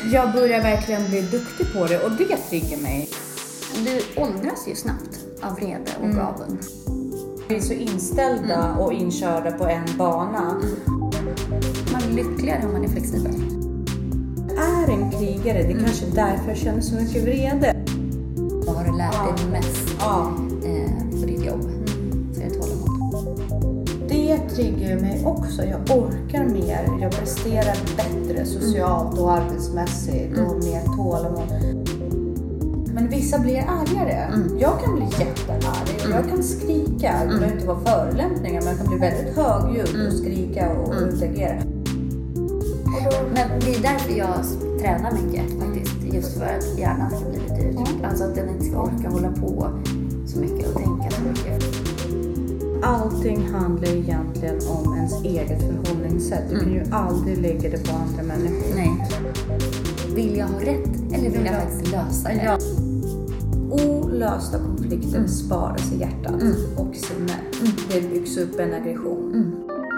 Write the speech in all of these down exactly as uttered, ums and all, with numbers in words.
Jag börjar verkligen bli duktig på det och det triggar mig. Du åldras ju snabbt av vrede och mm. avund. Vi är så inställda mm. och inkörda på en bana. Mm. Man är lyckligare om man är flexibel. Är en krigare, det är mm. kanske därför jag känner så mycket vrede. Vad har du lärt dig ja. mest ja. eh, på ditt jobb? Mm. Så är det tålamod. Det triggar mig också. Jag orkar mer. Jag presterar bättre socialt mm. och arbetsmässigt mm. och mer tålamod. Men vissa blir argare. Mm. Jag kan bli jättearg. Mm. Jag kan skrika. Det behöver inte vara förolämpningar. Men jag kan bli väldigt högljudd mm. och skrika och mm. utagera. Då... Men det är därför jag tränar mycket faktiskt. Just för att hjärnan ska bli lite uttryckt. Mm. Alltså att den inte ska orka hålla på så mycket och tänka så mycket. Allting handlar egentligen om ens eget förhållningssätt. Du mm. kan ju aldrig lägga det på andra människor. Nej. Vill jag ha rätt eller vill jag ja. faktiskt lösa det? Ja. Olösta konflikter mm. sparas i hjärtat mm. och sinnet. Mm. Det byggs upp en aggression. Mm.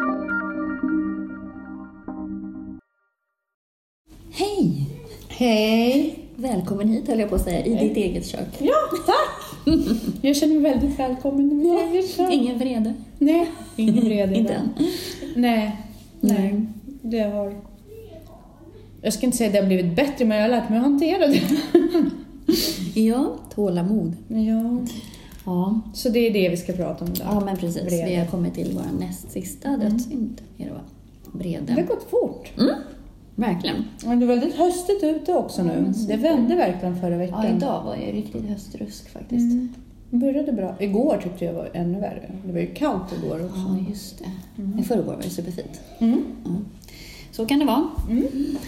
Hej! Hej! Välkommen hit, höll jag på att säga, i Hej. ditt eget kök. Ja, tack! Jag känner mig väldigt välkommen i mitt eget kök. Ingen vrede? Nej, ingen vrede. Inte än? Nej, nej. Mm. Det har... Jag ska inte säga att det har blivit bättre, men jag har lärt mig att hantera det. Ja, tålamod. Ja. Ja. Så det är det vi ska prata om idag. Ja, men precis. Vrede. Vi har kommit till vår näst sista mm. dödssynd. Vrede. Det har gått fort. Mm. Verkligen. Men det är väldigt höstigt ute också nu. Mm, det vände verkligen förra veckan. Ja, idag var jag riktigt höstrusk faktiskt. Mm. Det började bra. Igår tyckte jag var ännu värre. Det var ju kallt igår också. Ja, just det. Mm. I förrgår var det superfint. Mm. Mm. Så kan det vara. Mm.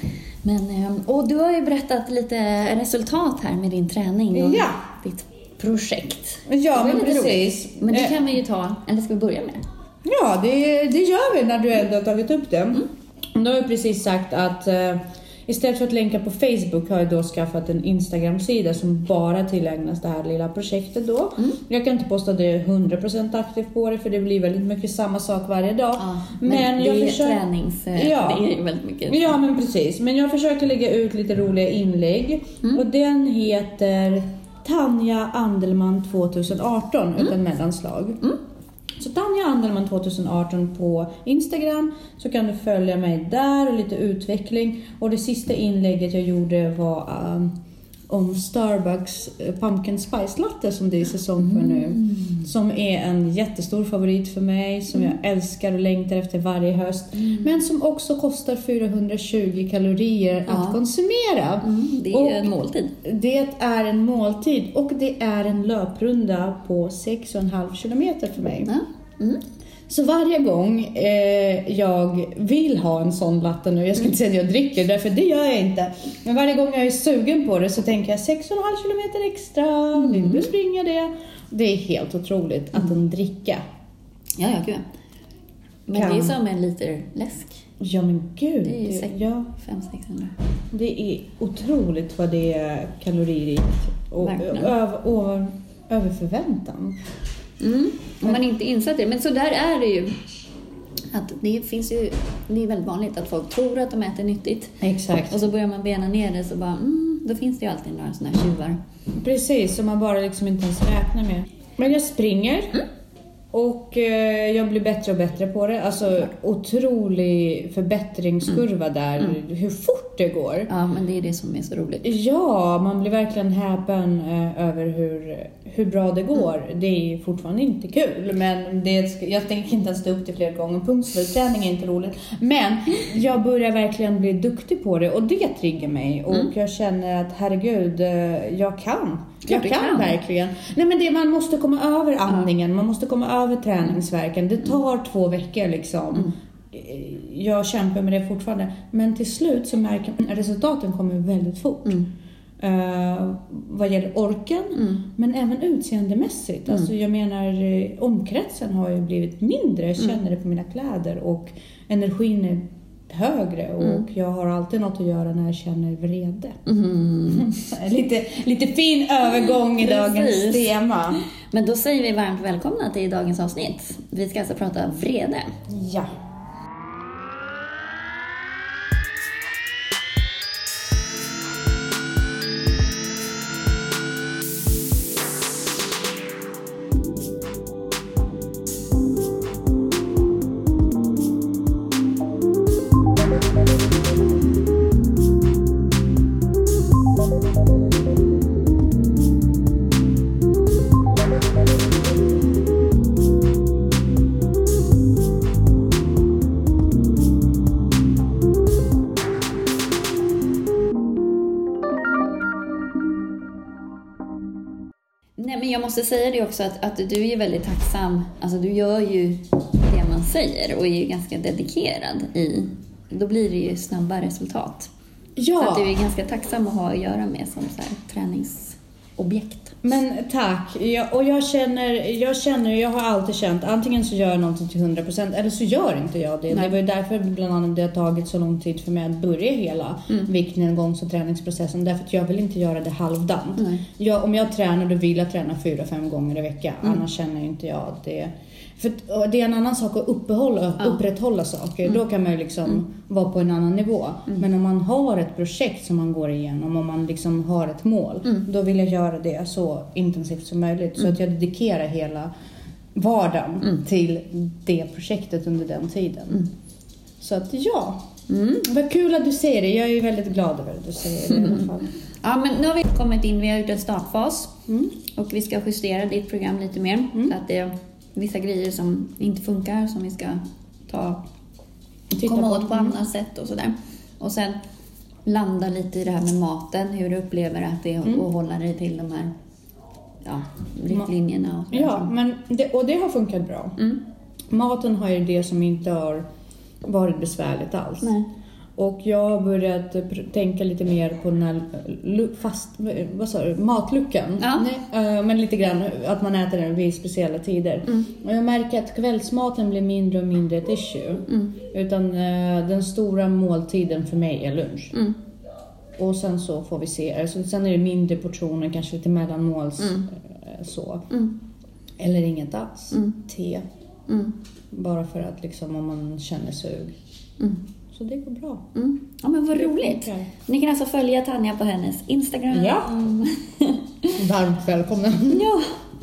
Men, och du har ju berättat lite resultat här med din träning och ja. ditt projekt. Ja, men precis. Roligt. Men det kan vi ju ta, eller ska vi börja med? Ja, det, det gör vi när du ändå har tagit upp det. Mm. Då har jag precis sagt att uh, istället för att länka på Facebook har jag då skaffat en Instagram-sida som bara tillägnas det här lilla projektet då. Mm. Jag kan inte posta det hundra procent aktivt på det för det blir väldigt mycket samma sak varje dag. Ja, men, men det jag är försöker... tränings... Ja. Det är ju väldigt mycket. Ja, men precis. Men jag försöker lägga ut lite roliga inlägg. Mm. Och den heter Tanja Andelman tjugoarton mm. utan mellanslag. Mm. Så Tanja Andelman tjugoarton på Instagram, så kan du följa mig där och lite utveckling. Och det sista inlägget jag gjorde var um, om Starbucks Pumpkin Spice Latte som det är säsong för nu. Mm. Som är en jättestor favorit för mig, som mm. jag älskar och längtar efter varje höst. Mm. Men som också kostar fyrahundratjugo kalorier ja. att konsumera. Mm, det är och en måltid. Det är en måltid och det är en löprunda på sex komma fem kilometer för mig. Ja. Mm. Så varje gång eh, jag vill ha en sån latte nu, jag ska inte säga att jag dricker, därför det gör jag inte. Men varje gång jag är sugen på det så tänker jag sex komma fem kilometer extra, mm. vill du springa det? Det är helt otroligt att en dricka. Ja, ja, gud. Men kan... det är som en liter läsk. Ja, men gud. Det är sex, ja. fem sexhundra. Det är otroligt vad det är kaloririkt. Och över, över, över förväntan. Mm. Om man inte insatt det. Men så där är det ju. Att det finns ju, det är väldigt vanligt att folk tror att de äter nyttigt. Exakt. Och så börjar man bena ner det så bara, mm, då finns det ju alltid några sådana här tjuvar. Precis, som man bara liksom inte ens räknar med. Men jag springer. Mm. Och eh, jag blir bättre och bättre på det. Alltså otrolig förbättringskurva mm. där. Mm. Hur fort det går. Ja, men det är det som är så roligt. Ja, man blir verkligen häpen eh, över hur, hur bra det går. Mm. Det är fortfarande inte kul. Men det, jag tänker inte ens stå upp till flera gånger. Punktslutsträning är inte roligt. Men jag börjar verkligen bli duktig på det. Och det triggar mig. Och mm. jag känner att herregud, eh, jag kan. Jag kan, kan verkligen. Nej, men det, man måste komma över andningen. Ja. Man måste komma över träningsverken. Det tar mm. två veckor liksom. Mm. Jag kämpar med det fortfarande. Men till slut så märker man att resultaten kommer väldigt fort. Mm. Uh, vad gäller orken. Mm. Men även utseendemässigt. Mm. Alltså jag menar, omkretsen har ju blivit mindre. Jag känner mm. det på mina kläder. Och energin är högre och mm. jag har alltid något att göra när jag känner vrede. Mm. lite, lite fin övergång i dagens tema. Men då säger vi varmt välkomna till dagens avsnitt. Vi ska alltså prata vrede. Ja. måste säga det också att, att du är ju väldigt tacksam. Alltså du gör ju det man säger och är ju ganska dedikerad i. Då blir det ju snabba resultat. Ja. Så att du är ganska tacksam att ha att göra med som så här träningsobjekt. Men tack. Jag, och jag känner, jag känner, jag har alltid känt, antingen så gör jag någonting till hundra procent eller så gör inte jag det. Nej. Det var ju därför bland annat det har tagit så lång tid för mig att börja hela mm. viktnedgångs- och träningsprocessen. Därför att jag vill inte göra det halvdant. Jag, om jag tränar, då vill jag träna fyra, fem gånger i veckan. Mm. Annars känner inte jag att det... För det är en annan sak att uppehålla, ja. upprätthålla saker. Mm. Då kan man ju liksom mm. vara på en annan nivå. Mm. Men om man har ett projekt som man går igenom, om man liksom har ett mål, mm. då vill jag göra det så intensivt som möjligt. Mm. Så att jag dedikerar hela vardagen mm. till det projektet under den tiden. Mm. Så att ja, mm. vad kul att du säger det. Jag är väldigt glad över att du säger det i alla fall. Ja, men nu har vi kommit in, vi har gjort en startfas. Mm. Och vi ska justera ditt program lite mer. Mm. Så att det vissa grejer som inte funkar som vi ska ta komma åt på andra sätt och sådär. Och sen landa lite i det här med maten, hur du upplever att det är mm. att hålla dig till de här ja, riktlinjerna. Och ja, men det, och det har funkat bra. Mm. Maten har ju det som inte har varit besvärligt alls. Nej. Och jag har börjat tänka lite mer på den här fast, vad sa du, matluckan. Ja. Nej, men lite grann att man äter den vid speciella tider. Mm. Och jag märker att kvällsmaten blir mindre och mindre ett issue. Mm. Utan uh, den stora måltiden för mig är lunch. Mm. Och sen så får vi se. Alltså, sen är det mindre portioner, kanske lite mellanmåls. Mm. Så. Mm. Eller inget alls. Mm. Te. Mm. Bara för att liksom om man känner sug. Mm. Så det går bra. Mm. Ja, men vad roligt. Ni kan alltså följa Tanja på hennes Instagram. Ja. Varmt välkomna. Ja.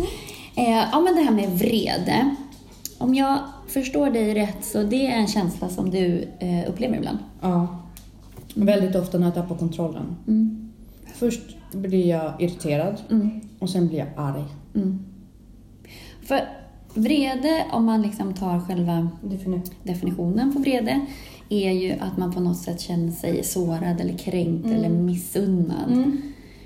Eh, ja, men det här med vrede. Om jag förstår dig rätt så det är en känsla som du eh, upplever ibland. Ja. Väldigt ofta när jag tappar kontrollen. Mm. Först blir jag irriterad. Mm. Och sen blir jag arg. Mm. För vrede, om man liksom tar själva Definition. definitionen på vrede, är ju att man på något sätt känner sig sårad eller kränkt mm. eller missunnad. Mm.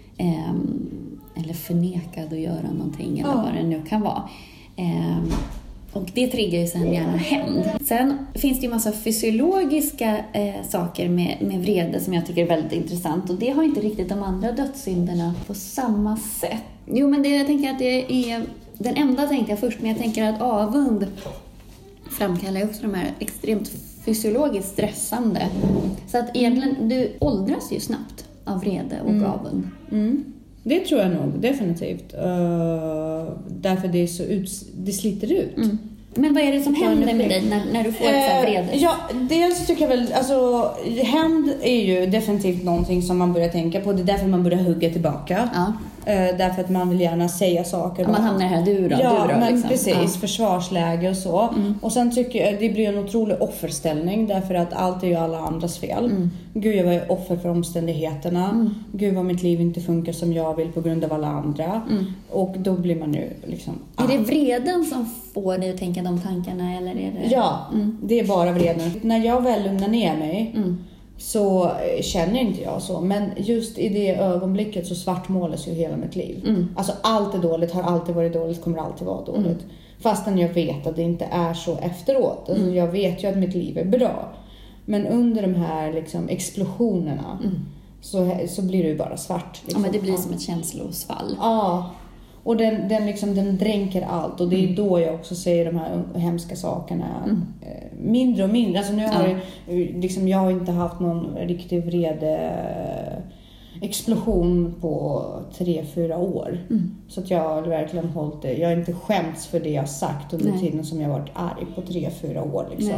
Um, eller förnekad att göra någonting eller ja. vad det nu kan vara. Um, och det triggar ju sen gärna hämnd. Sen finns det ju massa fysiologiska eh, saker med, med vrede som jag tycker är väldigt intressant. Och det har inte riktigt de andra dödssynderna på samma sätt. Jo, men det, jag tänker att det är... Den enda tänkte jag först, men jag tänker att avund framkallar ju också de här extremt fysiologiskt stressande. Så att egentligen, du åldras ju snabbt av vrede och mm. avund. Mm. Det tror jag nog, definitivt. Uh, därför det är så ut, det sliter ut. Mm. Men vad är det som händer med dig när, när du får ett uh, vrede? Ja, dels tycker jag väl, alltså hämnd är ju definitivt någonting som man börjar tänka på. Det är därför man börjar hugga tillbaka. Ja. Uh, därför att man vill gärna säga saker. Ja, man hamnar här, du då, ja, du då, men liksom. precis, ja. försvarsläge och så. Mm. Och sen tycker jag det blir en otrolig offerställning. Därför att allt är ju alla andras fel. Mm. Gud, jag var offer för omständigheterna. Mm. Gud, vad mitt liv inte funkar som jag vill på grund av alla andra. Mm. Och då blir man ju liksom... Är det vreden som får dig att tänka de tankarna? Eller är det... Ja, mm. det är bara vreden. När jag väl lugnar ner mig... Mm. så känner inte jag så. Men just i det ögonblicket så svartmålas ju hela mitt liv. Mm. Alltså allt är dåligt, har alltid varit dåligt, kommer alltid vara dåligt. Mm. Fastän jag vet att det inte är så efteråt. Alltså mm. jag vet ju att mitt liv är bra. Men under de här liksom, explosionerna mm. så, så blir det ju bara svart. Liksom. Ja, men det blir som ett känslosvall. Ja. Och den, den, liksom, den dränker allt. Och det är mm. då jag också säger de här hemska sakerna. Mm. Mindre och mindre. Alltså nu har ja. jag, liksom, jag har inte haft någon riktig vrede explosion på tre, fyra år. Mm. Så att jag har verkligen hållit det. Jag har inte skämts för det jag sagt under Nej. tiden som jag har varit arg på tre, fyra år. Liksom.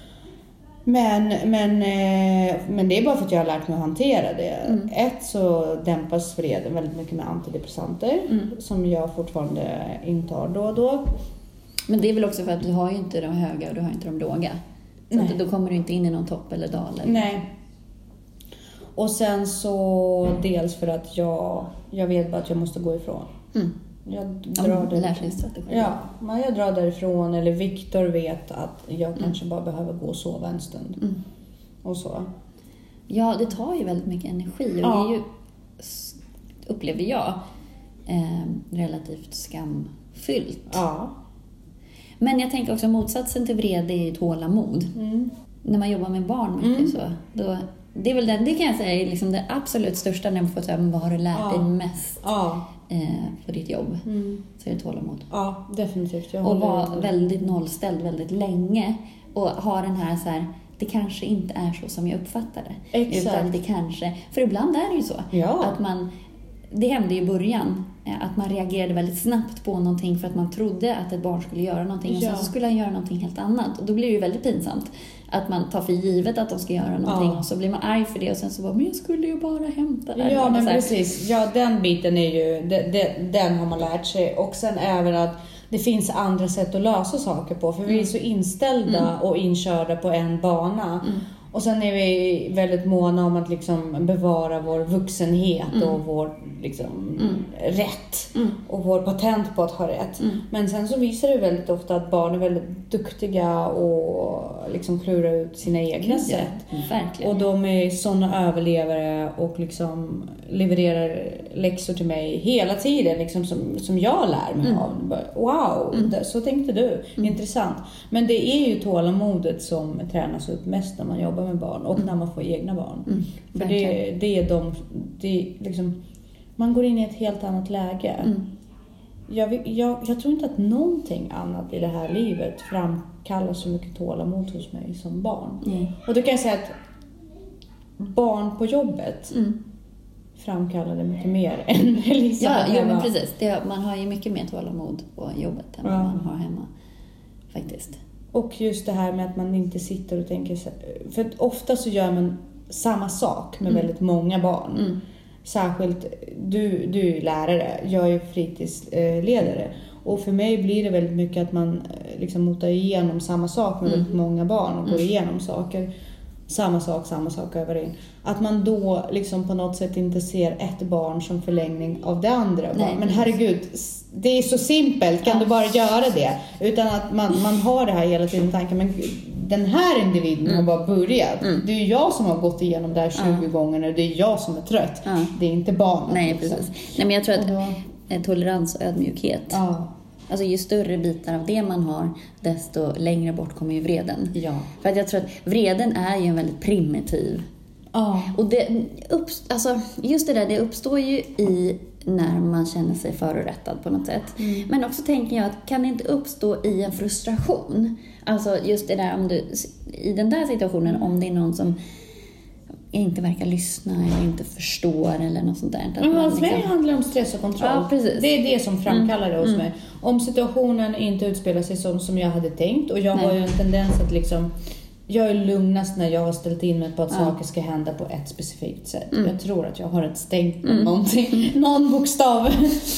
Men, men, men det är bara för att jag har lärt mig att hantera det. Mm. Ett, så dämpas vreden väldigt mycket med antidepressanter. Mm. Som jag fortfarande intar då och då. Men det är väl också för att du har ju inte de höga och du har inte de låga. Så att då kommer du inte in i någon topp eller dal. Eller? Nej. Och sen så dels för att jag, jag vet bara att jag måste gå ifrån. Mm. Jag drar ja, det lär sig strategi. Ja, men jag drar därifrån. Eller Viktor vet att jag mm. kanske bara behöver gå och sova en stund. Mm. Och så. Ja, det tar ju väldigt mycket energi. Och ja. det är ju, upplever jag, eh, relativt skamfyllt. Ja. Men jag tänker också motsatsen till vrede är ju tålamod. Mm. När man jobbar med barn mycket mm. så, då, det är väl den, det kan jag säga är liksom det absolut största när man får säga, vad har du lärt ja. dig mest ja. eh, på ditt jobb? Mm. Så är det tålamod. Ja, definitivt. Jag och vara väldigt nollställd väldigt länge och ha den här så här, det kanske inte är så som jag uppfattar det. Exakt. Utan det kanske, för ibland är det ju så ja. att man, det hände i början att man reagerade väldigt snabbt på någonting för att man trodde att ett barn skulle göra någonting och ja. sen så skulle han göra någonting helt annat. Och då blir det ju väldigt pinsamt att man tar för givet att de ska göra någonting ja. och så blir man arg för det och sen så bara, men jag skulle ju bara hämta det. Ja, men precis. Ja, den biten är ju, det, det, den har man lärt sig. Och sen även att det finns andra sätt att lösa saker på. För mm. vi är så inställda mm. och inkörda på en bana. Mm. Och sen är vi väldigt måna om att liksom bevara vår vuxenhet mm. och vår liksom, mm. rätt. Mm. Och vår patent på att ha rätt. Mm. Men sen så visar det väldigt ofta att barn är väldigt duktiga och liksom klurar ut sina egna ja, sätt. Verkligen. Och de är sådana överlevare och liksom levererar läxor till mig hela tiden liksom som, som jag lär mig mm. av. Wow, mm. så tänkte du. Mm. Intressant. Men det är ju tålamodet som tränas upp mest när man jobbar med barn och mm. när man får egna barn. Mm. För det, det är de, det är liksom, man går in i ett helt annat läge. Mm. Jag, jag, jag tror inte att någonting annat i det här livet framkallar så mycket tålamod hos mig som barn. Mm. Och då kan jag säga att barn på jobbet mm. framkallar det mycket mer än Elisabeth. Ja, jo, men precis. Det, man har ju mycket mer tålamod på jobbet än ja. man har hemma faktiskt. Och just det här med att man inte sitter och tänker... För att ofta så gör man samma sak med mm. väldigt många barn. Mm. Särskilt, du, du är lärare, jag är fritidsledare. Och för mig blir det väldigt mycket att man liksom motar igenom samma sak med mm. väldigt många barn och går igenom saker. Samma sak, samma sak över in. Att man då liksom på något sätt inte ser ett barn som förlängning av det andra. Nej, men herregud, det är så simpelt, kan ja. du bara göra det? Utan att man, man har det här hela tiden i tanken, men den här individen mm. har bara börjat. Mm. Det är ju jag som har gått igenom det här tjugo ja. gånger och det är jag som är trött. Ja. Det är inte barnet. Nej, precis. Nej, men jag tror att då... tolerans och ödmjukhet. Ja. Alltså ju större bitar av det man har, desto längre bort kommer ju vreden. Ja. För att jag tror att vreden är ju en väldigt primitiv. Ja. Och det, uppst- alltså, just det där, det uppstår ju i när man känner sig förorättad på något sätt. Mm. Men också tänker jag att kan det inte uppstå i en frustration? Alltså just det där, om du, i den där situationen, om det är någon som inte verkar lyssna eller inte förstår eller något sånt där. Men vad liksom... det handlar om stress och kontroll. Ja, precis. Det är det som framkallar det hos mm. mig. Om situationen inte utspelar sig som, som jag hade tänkt, och jag Nej. har ju en tendens att liksom, jag är lugnast när jag har ställt in mig på att ja. saker ska hända på ett specifikt sätt. Mm. Jag tror att jag har ett stängt på mm. någonting, någon bokstav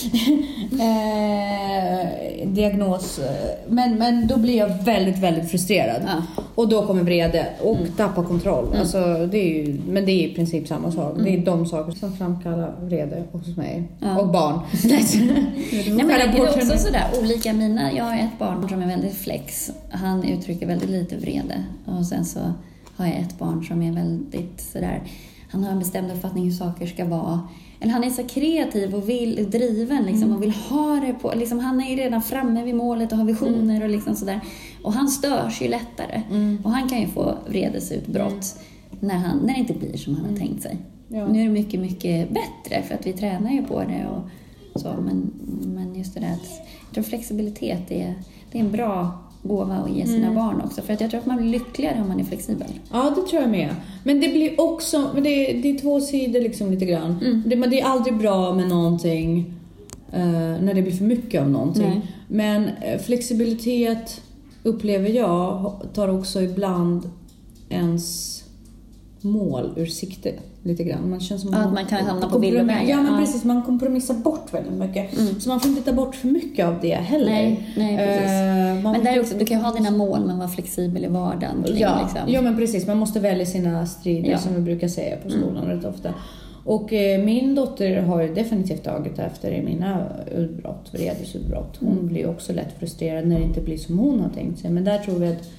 eh, diagnos. Men, men då blir jag väldigt, väldigt frustrerad. Ja. Och då kommer vrede och mm. tappa kontroll. Mm. Alltså, det är ju, men det är i princip samma sak. Mm. Det är de saker som framkallar vrede hos mig. Ja. Och barn. Nej, men det är också sådär olika mina. Jag har ett barn som är väldigt flex. Han uttrycker väldigt lite vrede. Och sen så har jag ett barn som är väldigt sådär, han har en bestämd uppfattning hur saker ska vara. Eller han är så kreativ och vill, driven liksom, mm. och vill ha det på. Liksom, han är ju redan framme vid målet och har visioner mm. och liksom sådär. Och han störs ju lättare. Mm. Och han kan ju få vredesutbrott mm. när, han, när det inte blir som han har mm. tänkt sig. Ja. Nu är det mycket, mycket bättre för att vi tränar ju på det och så. Men, men just det där att jag tror flexibilitet är, det är en bra gåva att ge sina mm. barn också. För att jag tror att man blir lyckligare om man är flexibel. Ja, det tror jag med. Men det blir också, men det, är, det är två sidor liksom lite grann. Mm. Det, men det är aldrig bra med någonting uh, när det blir för mycket av någonting. Nej. Men uh, flexibilitet upplever jag tar också ibland ens mål ur sikte lite grann. Man känns som ja, att man kan hamna på villovägar. Ja, men ja. precis. Man kompromissar bort väldigt mycket. Mm. Så man får inte ta bort för mycket av det heller. Nej, nej precis. Uh, men där också, du kan ju ha dina mål men vara flexibel i vardagen. Ja, liksom. ja, men precis. Man måste välja sina strider ja. som vi brukar säga på skolan mm. rätt ofta. Och eh, min dotter har ju definitivt tagit efter i mina utbrott, vredesutbrott. Hon mm. blir också lätt frustrerad när det inte blir som hon har tänkt sig. Men där tror vi att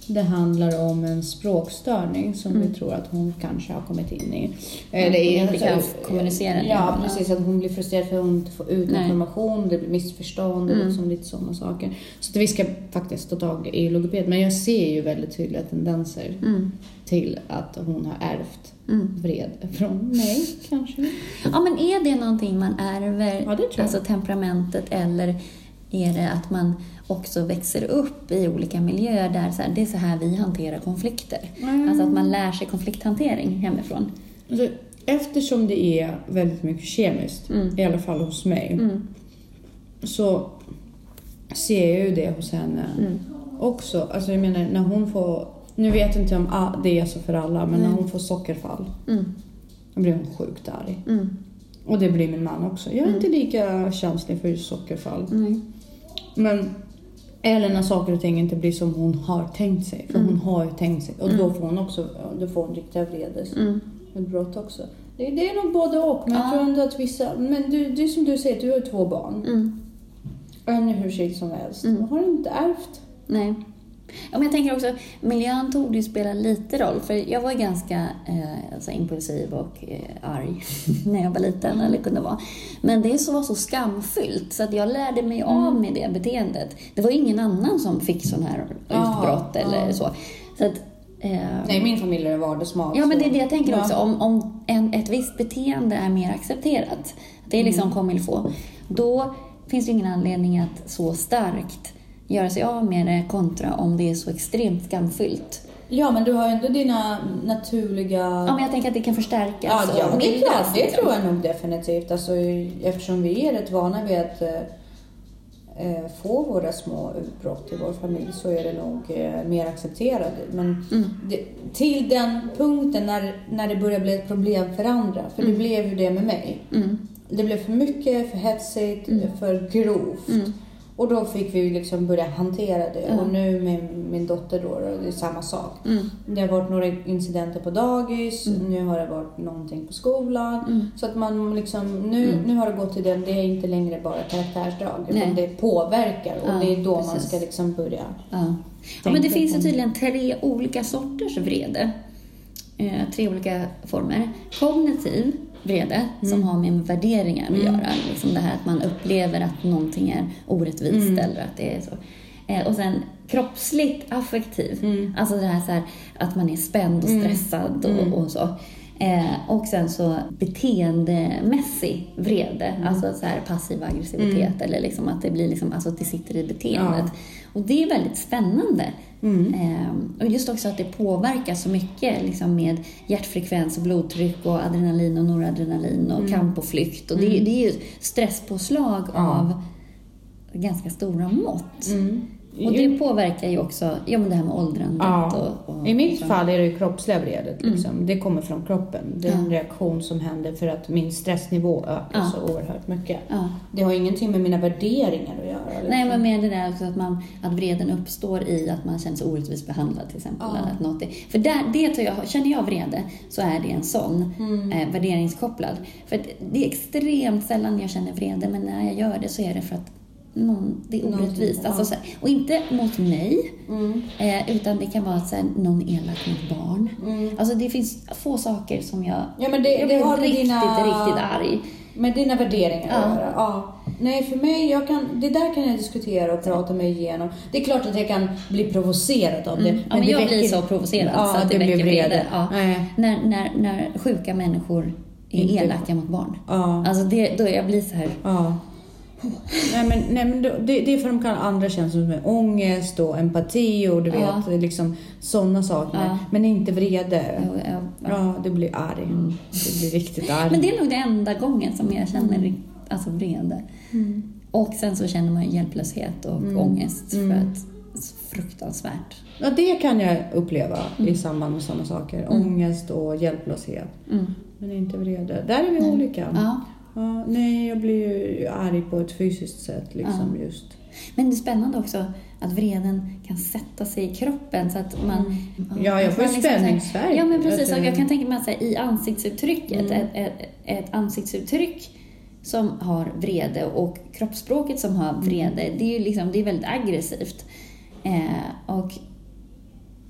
det handlar om en språkstörning som mm. vi tror att hon kanske har kommit in i. Eller mm, inte kan kommunicera det. Ja, precis. Att hon blir frustrerad för att hon inte får ut Nej. information. Det blir missförstånd och mm. liksom lite sådana saker. Så att vi ska faktiskt ta tag i logoped. Men jag ser ju väldigt tydliga tendenser mm. till att hon har ärvt mm. vred från mig, kanske. Ja, men är det någonting man ärver? Ja, det tror jag. Alltså temperamentet, eller är det att man också växer upp i olika miljöer där så här, det är så här vi hanterar konflikter. Mm. Alltså att man lär sig konflikthantering hemifrån. Alltså, eftersom det är väldigt mycket kemiskt, mm. i alla fall hos mig, mm. så ser jag ju det hos henne mm. också. Alltså jag menar, när hon får, nu vet jag inte om ah, det är så för alla, men mm. när hon får sockerfall, mm. då blir hon sjukt arg. Mm. Och det blir min man också. Jag är mm. inte lika känslig för sockerfall. Mm. Men eller när saker och ting inte blir som hon har tänkt sig. För mm. hon har ju tänkt sig. Och mm. då får hon också, då får hon riktiga vredes. Mm. Ett brott också. Det, det är nog både och. Men ja. jag tror ändå att vissa, men du, det är som du säger, du har två barn. Mm. En är hur skild som helst. Mm. Har inte ärvt. Nej. Ja, men jag tänker också, miljön tog ju spela lite roll. För jag var ganska eh, alltså impulsiv och eh, arg när jag var liten, eller kunde vara. Men det så var så skamfyllt så att jag lärde mig mm. av med det beteendet. Det var ingen annan som fick sån här utbrott ah, eller ah. så. Så att, eh, nej, min familj är vardagsmat. Ja, men det är det jag tänker ja. också. Om, om en, ett visst beteende är mer accepterat, det är liksom mm. comme il faut, då finns det ingen anledning att så starkt göra sig av med det kontra om det är så extremt skamfyllt. Ja, men du har ju ändå dina naturliga... Ja, men jag tänker att det kan förstärkas. Ja, ja det, är klart, det tror jag nog definitivt. Alltså, eftersom vi är rätt vana vid att eh, få våra små utbrott i vår familj, så är det nog eh, mer accepterat. Men mm. det, till den punkten när, när det börjar bli ett problem för andra, för mm. det blev ju det med mig. Mm. Det blev för mycket, för hetsigt, mm. för grovt. Mm. Och då fick vi liksom börja hantera det. Mm. Och nu med min dotter då, det är samma sak. Mm. Det har varit några incidenter på dagis. Mm. Nu har det varit någonting på skolan. Mm. Så att man liksom, nu, mm. nu har det gått till den. Det är inte längre bara karaktärsdrag. Utan det påverkar. Och ja, det är då precis. Man ska liksom börja. Ja. Ja, men det finns ju tydligen tre olika sorters vrede. Eh, tre olika former. Kognitiv vrede, mm. som har med värderingar att mm. göra. Liksom det här att man upplever att någonting är orättvist mm. eller att det är så. Eh, och sen kroppsligt affektiv. Mm. Alltså det här, så här att man är spänd och stressad mm. och, och så. Eh, och sen så beteendemässig vrede. Mm. Alltså så här passiv aggressivitet. Mm. Eller liksom att det blir liksom, alltså att det sitter i beteendet. Ja. Och det är väldigt spännande. Mm. Eh, och just också att det påverkar så mycket liksom med hjärtfrekvens och blodtryck och adrenalin och noradrenalin och mm. kamp och flykt. Och det, mm. det är ju stresspåslag ja. Av ganska stora mått. Mm. Och det påverkar ju också ja, men det här med åldrandet. Ja. Och, och, i mitt fall är det ju kroppsliga vredet. Liksom. Mm. Det kommer från kroppen. Det är en ja. Reaktion som händer för att min stressnivå ökar ja. Så oerhört mycket. Ja. Det har ingenting med mina värderingar att göra. Liksom. Nej, men med det där också att, man, att vreden uppstår i att man känner sig orättvist behandlad till exempel. Ja. Eller att något är, för där, det tar jag, känner jag vrede så är det en sån mm. eh, värderingskopplad. För att det är extremt sällan jag känner vrede, men när jag gör det så är det för att någon, det är orättvist. Alltså, så här, och inte mot mig, mm. eh, utan det kan vara så här, någon elak mot barn. Mm. Alltså det finns få saker som jag... Ja, men det, jag det har riktigt, dina, riktigt arg. Med dina värderingar ja. Att göra. Ja. Nej, för mig, jag kan, det där kan jag diskutera och prata mig igenom. Det är klart att jag kan bli provocerad av det. Mm. Ja, men, men jag väcker, blir så provocerad ja, så att det, det väcker vrede. Ja. När, när, när sjuka människor är inte elaka mot barn. Ja. Alltså det, då jag blir så här... Ja. Nej, men, nej, men det, det är för de kan andra känslor som ångest och empati och du vet, ja. Liksom sådana saker. Ja. Men inte vrede. Ja, ja, ja. Ja, det blir arg. Mm. Det blir riktigt arg. Men det är nog det enda gången som jag känner mm. alltså vrede. Mm. Och sen så känner man hjälplöshet och mm. ångest för att fruktansvärt. Ja, det kan jag uppleva mm. i samband med sådana saker. Mm. Ångest och hjälplöshet. Mm. Men inte vrede. Där är vi mm. olika. Ja. Ja, nej, jag blir ju arg på ett fysiskt sätt liksom ja. Just. Men det är spännande också att vreden kan sätta sig i kroppen så att man... Mm. Ja, jag får liksom spänningsvärk. Ja, men precis. Jag, jag kan tänka mig att säga, i ansiktsuttrycket, mm. ett, ett, ett ansiktsuttryck som har vrede och kroppsspråket som har vrede, mm. det är ju liksom, det är väldigt aggressivt. Eh, och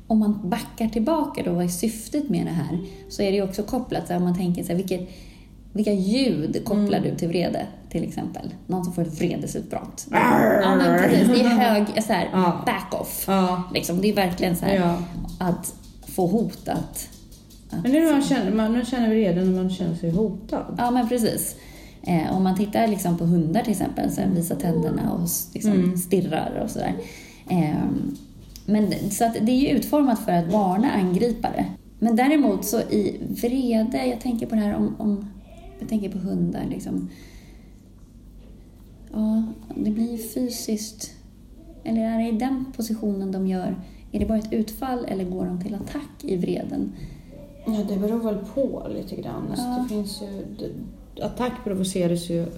om man backar tillbaka då, vad är syftet med det här? Så är det ju också kopplat, så här, om man tänker så här, vilket, vilka ljud kopplar mm. du till vrede till exempel? Någon som får ett vredesutbrott. Ja, men precis, det är hög, så här, ja. back off. Ja. Liksom, det är verkligen så här, ja. att få hotat. Att, men nu man känner, man känner vrede när man känner sig hotad. Ja, men precis. Eh, om man tittar liksom på hundar till exempel, så här, visar tänderna och liksom mm. stirrar och sådär. Eh, men så att det är ju utformat för att varna angripare. Men däremot så i vrede, jag tänker på det här om, om jag tänker på hundar liksom. Ja, det blir ju fysiskt. Eller är det i den positionen de gör? Är det bara ett utfall eller går de till attack i vreden? Ja, det beror väl på lite grann. Ja. Alltså, det finns ju, det, attack provoceras ju.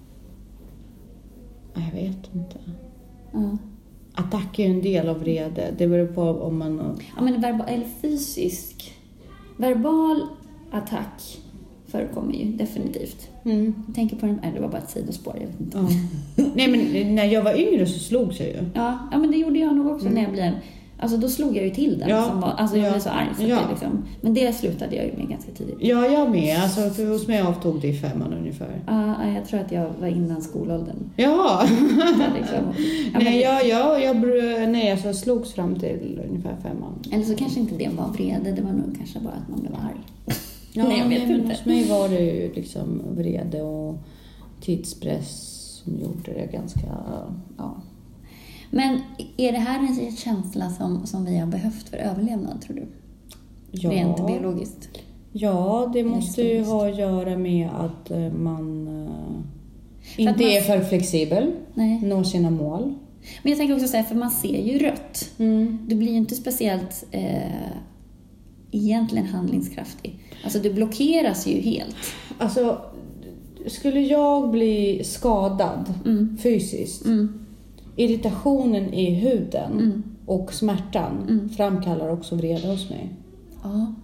Jag vet inte. Ja. Attack är ju en del av vrede. Det beror på om man... Ja, men verbal, eller fysisk. Verbal attack förekommer ju definitivt. Mm. Jag tänker på den... Nej, det var bara ett sidospår, jag vet inte. Ja. Nej, men när jag var yngre så slogs jag ju. Ja, ja men det gjorde jag nog också mm. när jag blev... Alltså då slog jag ju till den. Ja, som var, alltså jag ja, blev så arg. Så ja. det liksom, men det slutade jag ju med ganska tidigt. Ja, jag med. Alltså, för hos mig avtog det i femman ungefär. Ja, jag tror att jag var innan skolåldern. Ja. liksom, ja nej, jag, jag, jag, nej, alltså, jag slogs fram till ungefär femman. Eller så kanske inte det var vrede. Det var nog kanske bara att man blev arg. Ja, nej, jag vet nej, inte. Hos mig var det ju liksom vrede och tidspress som gjorde det ganska... Ja. Men är det här en känsla som, som vi har behövt för överlevnad, tror du? Ja. Rent biologiskt? Ja, det måste ju ha att göra med att man uh, inte man... är för flexibel, Nej. når sina mål. Men jag tänker också säga, för man ser ju rött. Mm. Du blir ju inte speciellt eh, egentligen handlingskraftig. Alltså du blockeras ju helt. Alltså, skulle jag bli skadad mm. fysiskt... Mm. Irritationen i huden mm. och smärtan mm. framkallar också vrede hos mig. Ja.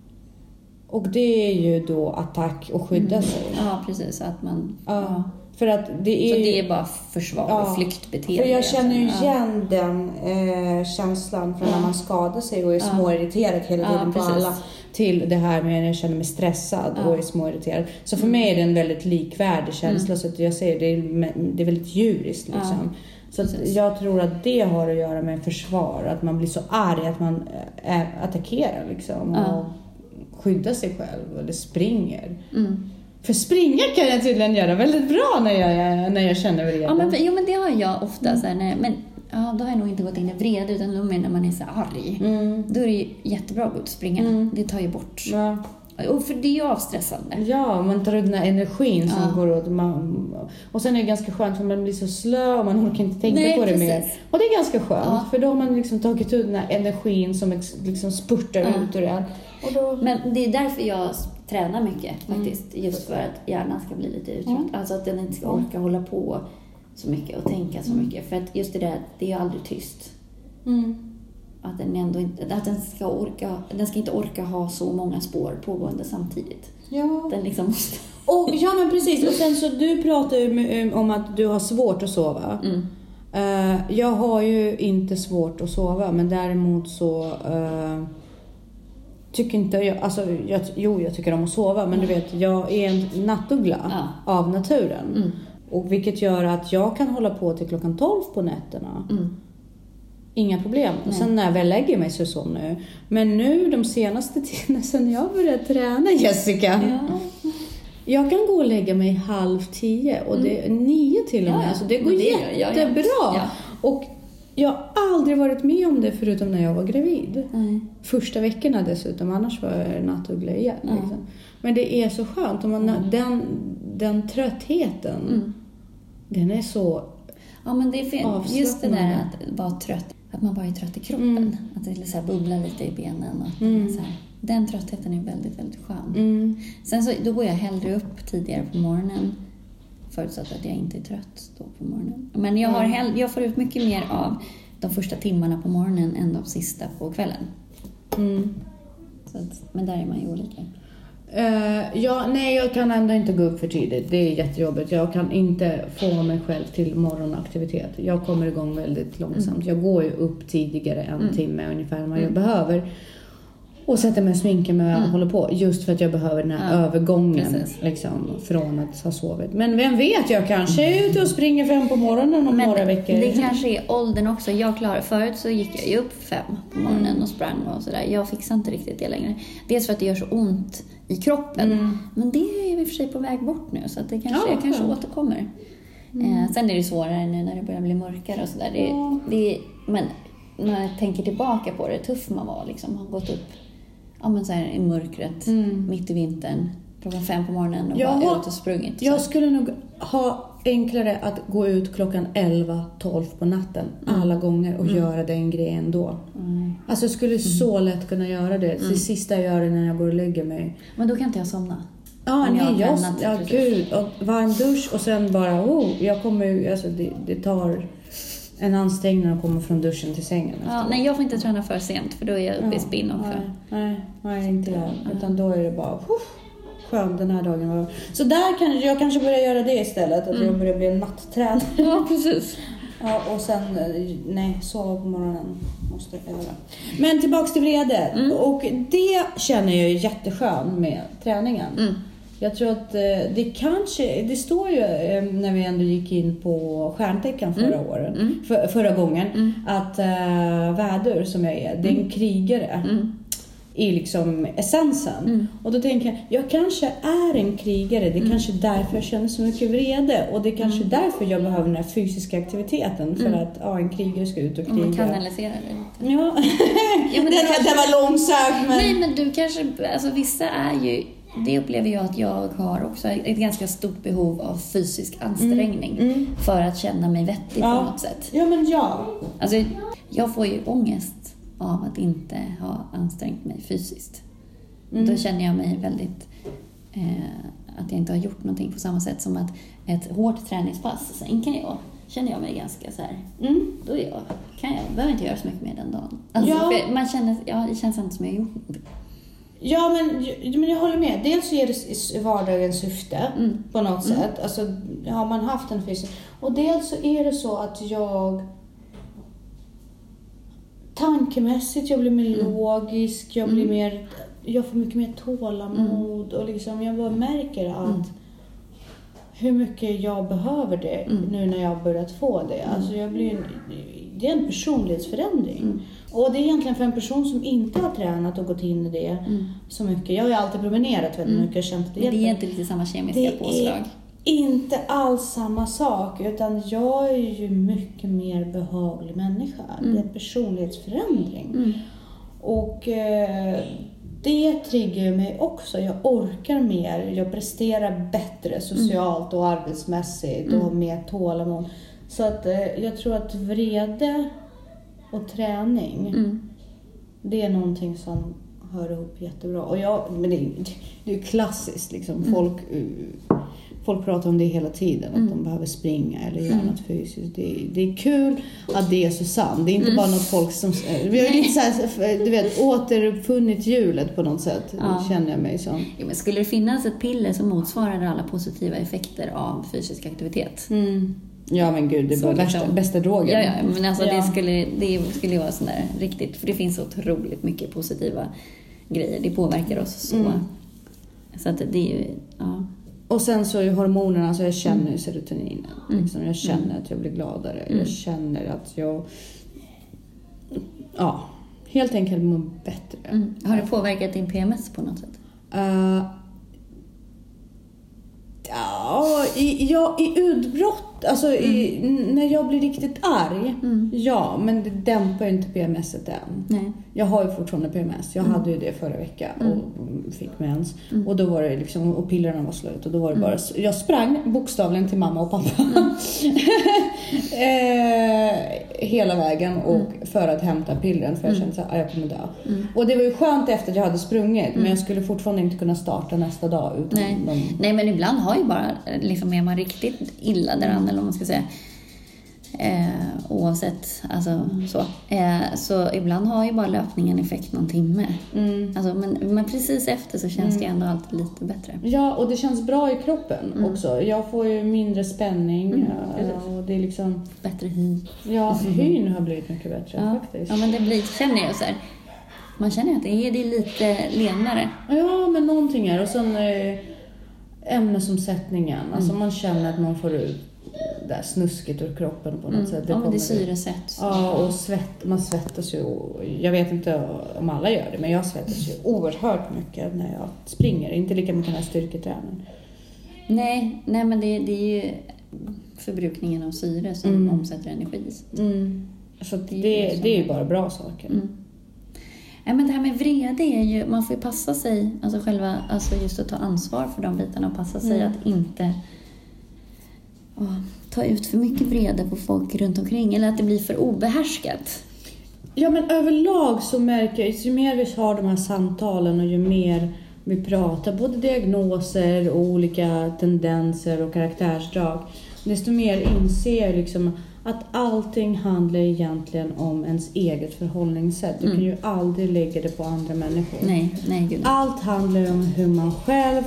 Och det är ju då attack och skydda mm. sig. Ja, precis. Att man, ja. Ja. För att det är så det är bara försvar och ja. flyktbeteende. För jag känner ju igen ja. den eh, känslan från ja. när man skadar sig och är ja. småirriterad hela tiden ja, på alla. Till det här med när jag känner mig stressad ja. och är småirriterad. Så för mm. mig är det en väldigt likvärdig känsla. Mm. Så att jag säger det är, det är väldigt djuriskt liksom. Ja. Så att jag tror att det har att göra med försvar. Att man blir så arg att man äh, attackerar liksom. Ja. Och skyddar sig själv. Eller springer. Mm. För springa kan jag tydligen göra väldigt bra när jag, när jag känner vrede. Ja, men, jo, men det har jag ofta. Så här, när, men ja, då har jag nog inte gått in i vrede. Utan då när man är så arg. Mm. Då är det jättebra att gå ut och springa. Mm. Det tar ju bort... Ja. Och för det är ju avstressande. Ja, man tar ut den här energin som ja. går åt. Man, och sen är det ganska skönt för man blir så slö och man orkar inte tänka Nej, på det precis. mer. Och det är ganska skönt. Ja. För då har man liksom tagit ut den här energin som liksom spurtar ja. ut ur det. Och då... Men det är därför jag tränar mycket faktiskt. Mm. Just för att hjärnan ska bli lite uttrött. Mm. Alltså att den inte ska orka hålla på så mycket och tänka så mycket. För att just det där, det är aldrig tyst. Mm. Att den ändå inte, att den ska orka, den ska inte orka ha så många spår pågående samtidigt. Ja. Den liksom måste... Och, ja, men precis. Och sen så du pratar ju om att du har svårt att sova. Mm. Uh, jag har ju inte svårt att sova, men däremot så uh, tycker inte jag, alltså jag, jo jag tycker om att sova, men mm. du vet, jag är en nattuggla ja. av naturen. Mm. Och vilket gör att jag kan hålla på till klockan tolv på nätterna. Mm. Inga problem. Och sen när jag väl lägger mig så så nu. Men nu de senaste tiden sen jag började träna, Jessica. Ja. Jag kan gå och lägga mig halv tio. Och det är nio till och med. Ja, så det går det jättebra. Ja. Och jag har aldrig varit med om det förutom när jag var gravid. Nej. Första veckorna dessutom. Annars var jag nattuggla igen. Ja. Liksom. Men det är så skönt. Och man, mm. den, den tröttheten. Mm. Den är så... Ja, men det är fel. Just det där att vara trött. Att man bara är trött i kroppen. Mm. Att det så här bubblar lite i benen. Och mm. så här. Den tröttheten är väldigt, väldigt skön. Mm. Sen så, då går jag hellre upp tidigare på morgonen. Förutsatt att jag inte är trött då på morgonen. Men jag, har hell- jag får ut mycket mer av de första timmarna på morgonen än de sista på kvällen. Mm. Så att, men där är man ju olika. Uh, ja, nej, jag kan ändå inte gå upp för tidigt. Det är jättejobbigt. Jag kan inte få mig själv till morgonaktivitet. Jag kommer igång väldigt långsamt. Mm. Jag går ju upp tidigare en mm. timme ungefär än vad jag mm. behöver. Och sätter mig och sminkar mig och mm. håller på. Just för att jag behöver den här ja, övergången liksom, från att ha sovit. Men vem vet, jag kanske är ute och springer fem på morgonen om Men några veckor. Det kanske är åldern också. Jag klarar, förut så gick jag ju upp fem på morgonen mm. och sprang och sådär. Jag fixar inte riktigt det längre. Dels för att det gör så ont i kroppen. Mm. Men det är ju i och för sig på väg bort nu. Så att det kanske, ja, jag kanske ja. återkommer. Mm. Eh, sen är det svårare nu när det börjar bli mörkare och sådär. Det, ja. det, men när jag tänker tillbaka på det, tuff man var liksom. Har gått upp ja, men så här, i mörkret, mm. mitt i vintern, klockan fem på morgonen och jag bara har, ut och sprungit. Så. Jag skulle nog ha enklare att gå ut klockan elva tolv på natten mm. alla gånger och mm. göra den grejen då. Mm. Alltså jag skulle mm. så lätt kunna göra det. Mm. Det sista jag gör är när jag går och lägger mig. Men då kan inte jag somna. Ja, nej, jag, jag ja gud. Och varm dusch och sen bara, oh, jag kommer, alltså det, det tar en ansträngning att komma från duschen till sängen. Ja, nej, jag får inte träna för sent för då är jag uppe ja, i spinn också. Nej, nej, nej, inte jag. Utan då är det bara uff, skönt den här dagen. Var. Så där kan jag kanske börja göra det istället. Att mm. jag börjar bli en natttränare. Ja, precis. Ja, och sen, nej, sova på morgonen måste jag göra. Men tillbaks till vrede. Mm. Och det känner jag är jätteskön med träningen. Mm. Jag tror att det kanske, det står ju när vi ändå gick in på stjärntecken förra mm. åren, mm. För, förra gången, mm. att äh, väder som jag är, det är en krigare mm. i liksom essensen. Mm. Och då tänker jag, jag kanske är en krigare, det är mm. kanske därför jag känner så mycket vrede. Och det är kanske mm. därför jag behöver den här fysiska aktiviteten, för mm. att ja, en krigare ska ut och kriga. Man kanaliserar det lite. Ja, ja men det, det, kanske... det var långsökt. Men... Nej, men du kanske, alltså vissa är ju... Det upplever jag att jag har också ett ganska stort behov av fysisk ansträngning mm. Mm. för att känna mig vettig ja. på något sätt. Ja, men ja. Alltså, jag får ju ångest av att inte ha ansträngt mig fysiskt. Mm. Då känner jag mig väldigt... Eh, att jag inte har gjort någonting på samma sätt som att ett hårt träningspass. Sen kan jag, känner jag mig ganska så här... Mm. Då är jag, kan jag, behöver inte göra så mycket mer den dagen. Alltså, ja. man känner, ja, det känns inte som jag har gjort någonting. Ja, men, men jag håller med. Dels så är det vardagens syfte mm. på något mm. sätt. Alltså, har man haft en fysisk... Och dels så är det så att jag... Tankemässigt, jag blir mer mm. logisk. Jag blir mm. mer... Jag får mycket mer tålamod. Mm. Och liksom, jag bara märker att... Mm. Hur mycket jag behöver det mm. nu när jag har börjat få det. Mm. Alltså, jag blir... Det är en personlighetsförändring. Mm. Och det är egentligen för en person som inte har tränat och gått in i det mm. så mycket. Jag har ju alltid promenerat väldigt mycket och känt att det hjälper. Det är inte riktigt samma kemiska det påslag. Det är inte alls samma sak. Utan jag är ju mycket mer behaglig människa. Mm. Det är en personlighetsförändring. Mm. Och eh, det triggar mig också. Jag orkar mer. Jag presterar bättre socialt och arbetsmässigt. Mm. Och har mer tålamod. Så att eh, jag tror att vrede... och träning, mm. det är någonting som hör ihop jättebra. Och jag, men det, det är ju klassiskt. Liksom. Mm. Folk, folk pratar om det hela tiden. Mm. Att de behöver springa eller göra mm. något fysiskt. Det, det är kul att det är så sant. Det är inte mm. bara något folk som... Vi har lite så här, du vet, återuppfunnit hjulet på något sätt. Ja. Känner jag mig som. Jo, men skulle det finnas ett piller som motsvarar alla positiva effekter av fysisk aktivitet? Mm. Ja, men gud, det är bara värsta, bästa drogen. Ja, ja, men alltså ja. det skulle det skulle vara sån där riktigt, för det finns så otroligt mycket positiva grejer. Det påverkar oss så. Mm. Så att det är ju, ja. Och sen så är hormonerna, alltså jag känner mm. serotoninen. Mm. Liksom, jag känner mm. att jag blir gladare. Mm. Jag känner att jag, ja, helt enkelt mår bättre. Mm. Har det påverkat din P M S på något sätt? Uh, ja, i, ja, i utbrott. Alltså mm. i, när jag blir riktigt arg, mm. ja, men det dämpar ju inte P M S-et än. Nej. Jag har ju fortfarande P M S. Jag mm. hade ju det förra veckan och mm. fick mens. Mm. Och då var det liksom, och pillerna var slut. Och då var det bara, mm. jag sprang bokstavligen till mamma och pappa. Mm. eh, hela vägen och mm. för att hämta pillren. För jag kände så här, jag kommer dö. Mm. Och det var ju skönt efter att jag hade sprungit. Mm. Men jag skulle fortfarande inte kunna starta nästa dag. Utan Nej. De... Nej, men ibland har ju bara, liksom är man riktigt illa där, eller vad man ska säga, Eh, oavsett, alltså mm. så. Eh, så ibland har ju bara löpningen effekt någon timme. Mm. Alltså, men, men precis efter så känns mm. det ändå alltid lite bättre. Ja, och det känns bra i kroppen mm. också. Jag får ju mindre spänning mm. ja, och det är liksom... Bättre hy. Ja, mm. hyn har blivit mycket bättre ja. faktiskt. Ja, men det blir, känner jag så här. Man känner att det är, det är lite lenare. Ja, men någonting är. Och sen eh, ämnesomsättningen. Mm. Alltså man känner att man får ut det där snusket ur kroppen på något mm. sätt. Det ja, men det är syresätt. Ja, och svett, man svettas ju. Jag vet inte om alla gör det, men jag svettas ju oerhört mycket när jag springer. Inte lika mycket när jag styrketränar. Nej, nej men det, det är ju förbrukningen av syre som mm. omsätter energi. Mm. Så det, det, är det är ju bara bra saker. Mm. Ja, men det här med vrede är ju, man får ju passa sig, alltså själva, alltså just att ta ansvar för de bitarna och passa sig mm. att inte åh, ta ut för mycket vrede på folk runt omkring eller att det blir för obehärskat. Ja, men överlag så märker jag, ju mer vi har de här samtalen och ju mer vi pratar, både diagnoser och olika tendenser och karaktärsdrag, desto mer inser jag liksom att allting handlar egentligen om ens eget förhållningssätt. Du mm. kan ju aldrig lägga det på andra människor. Nej, nej, gud. Allt handlar om hur man själv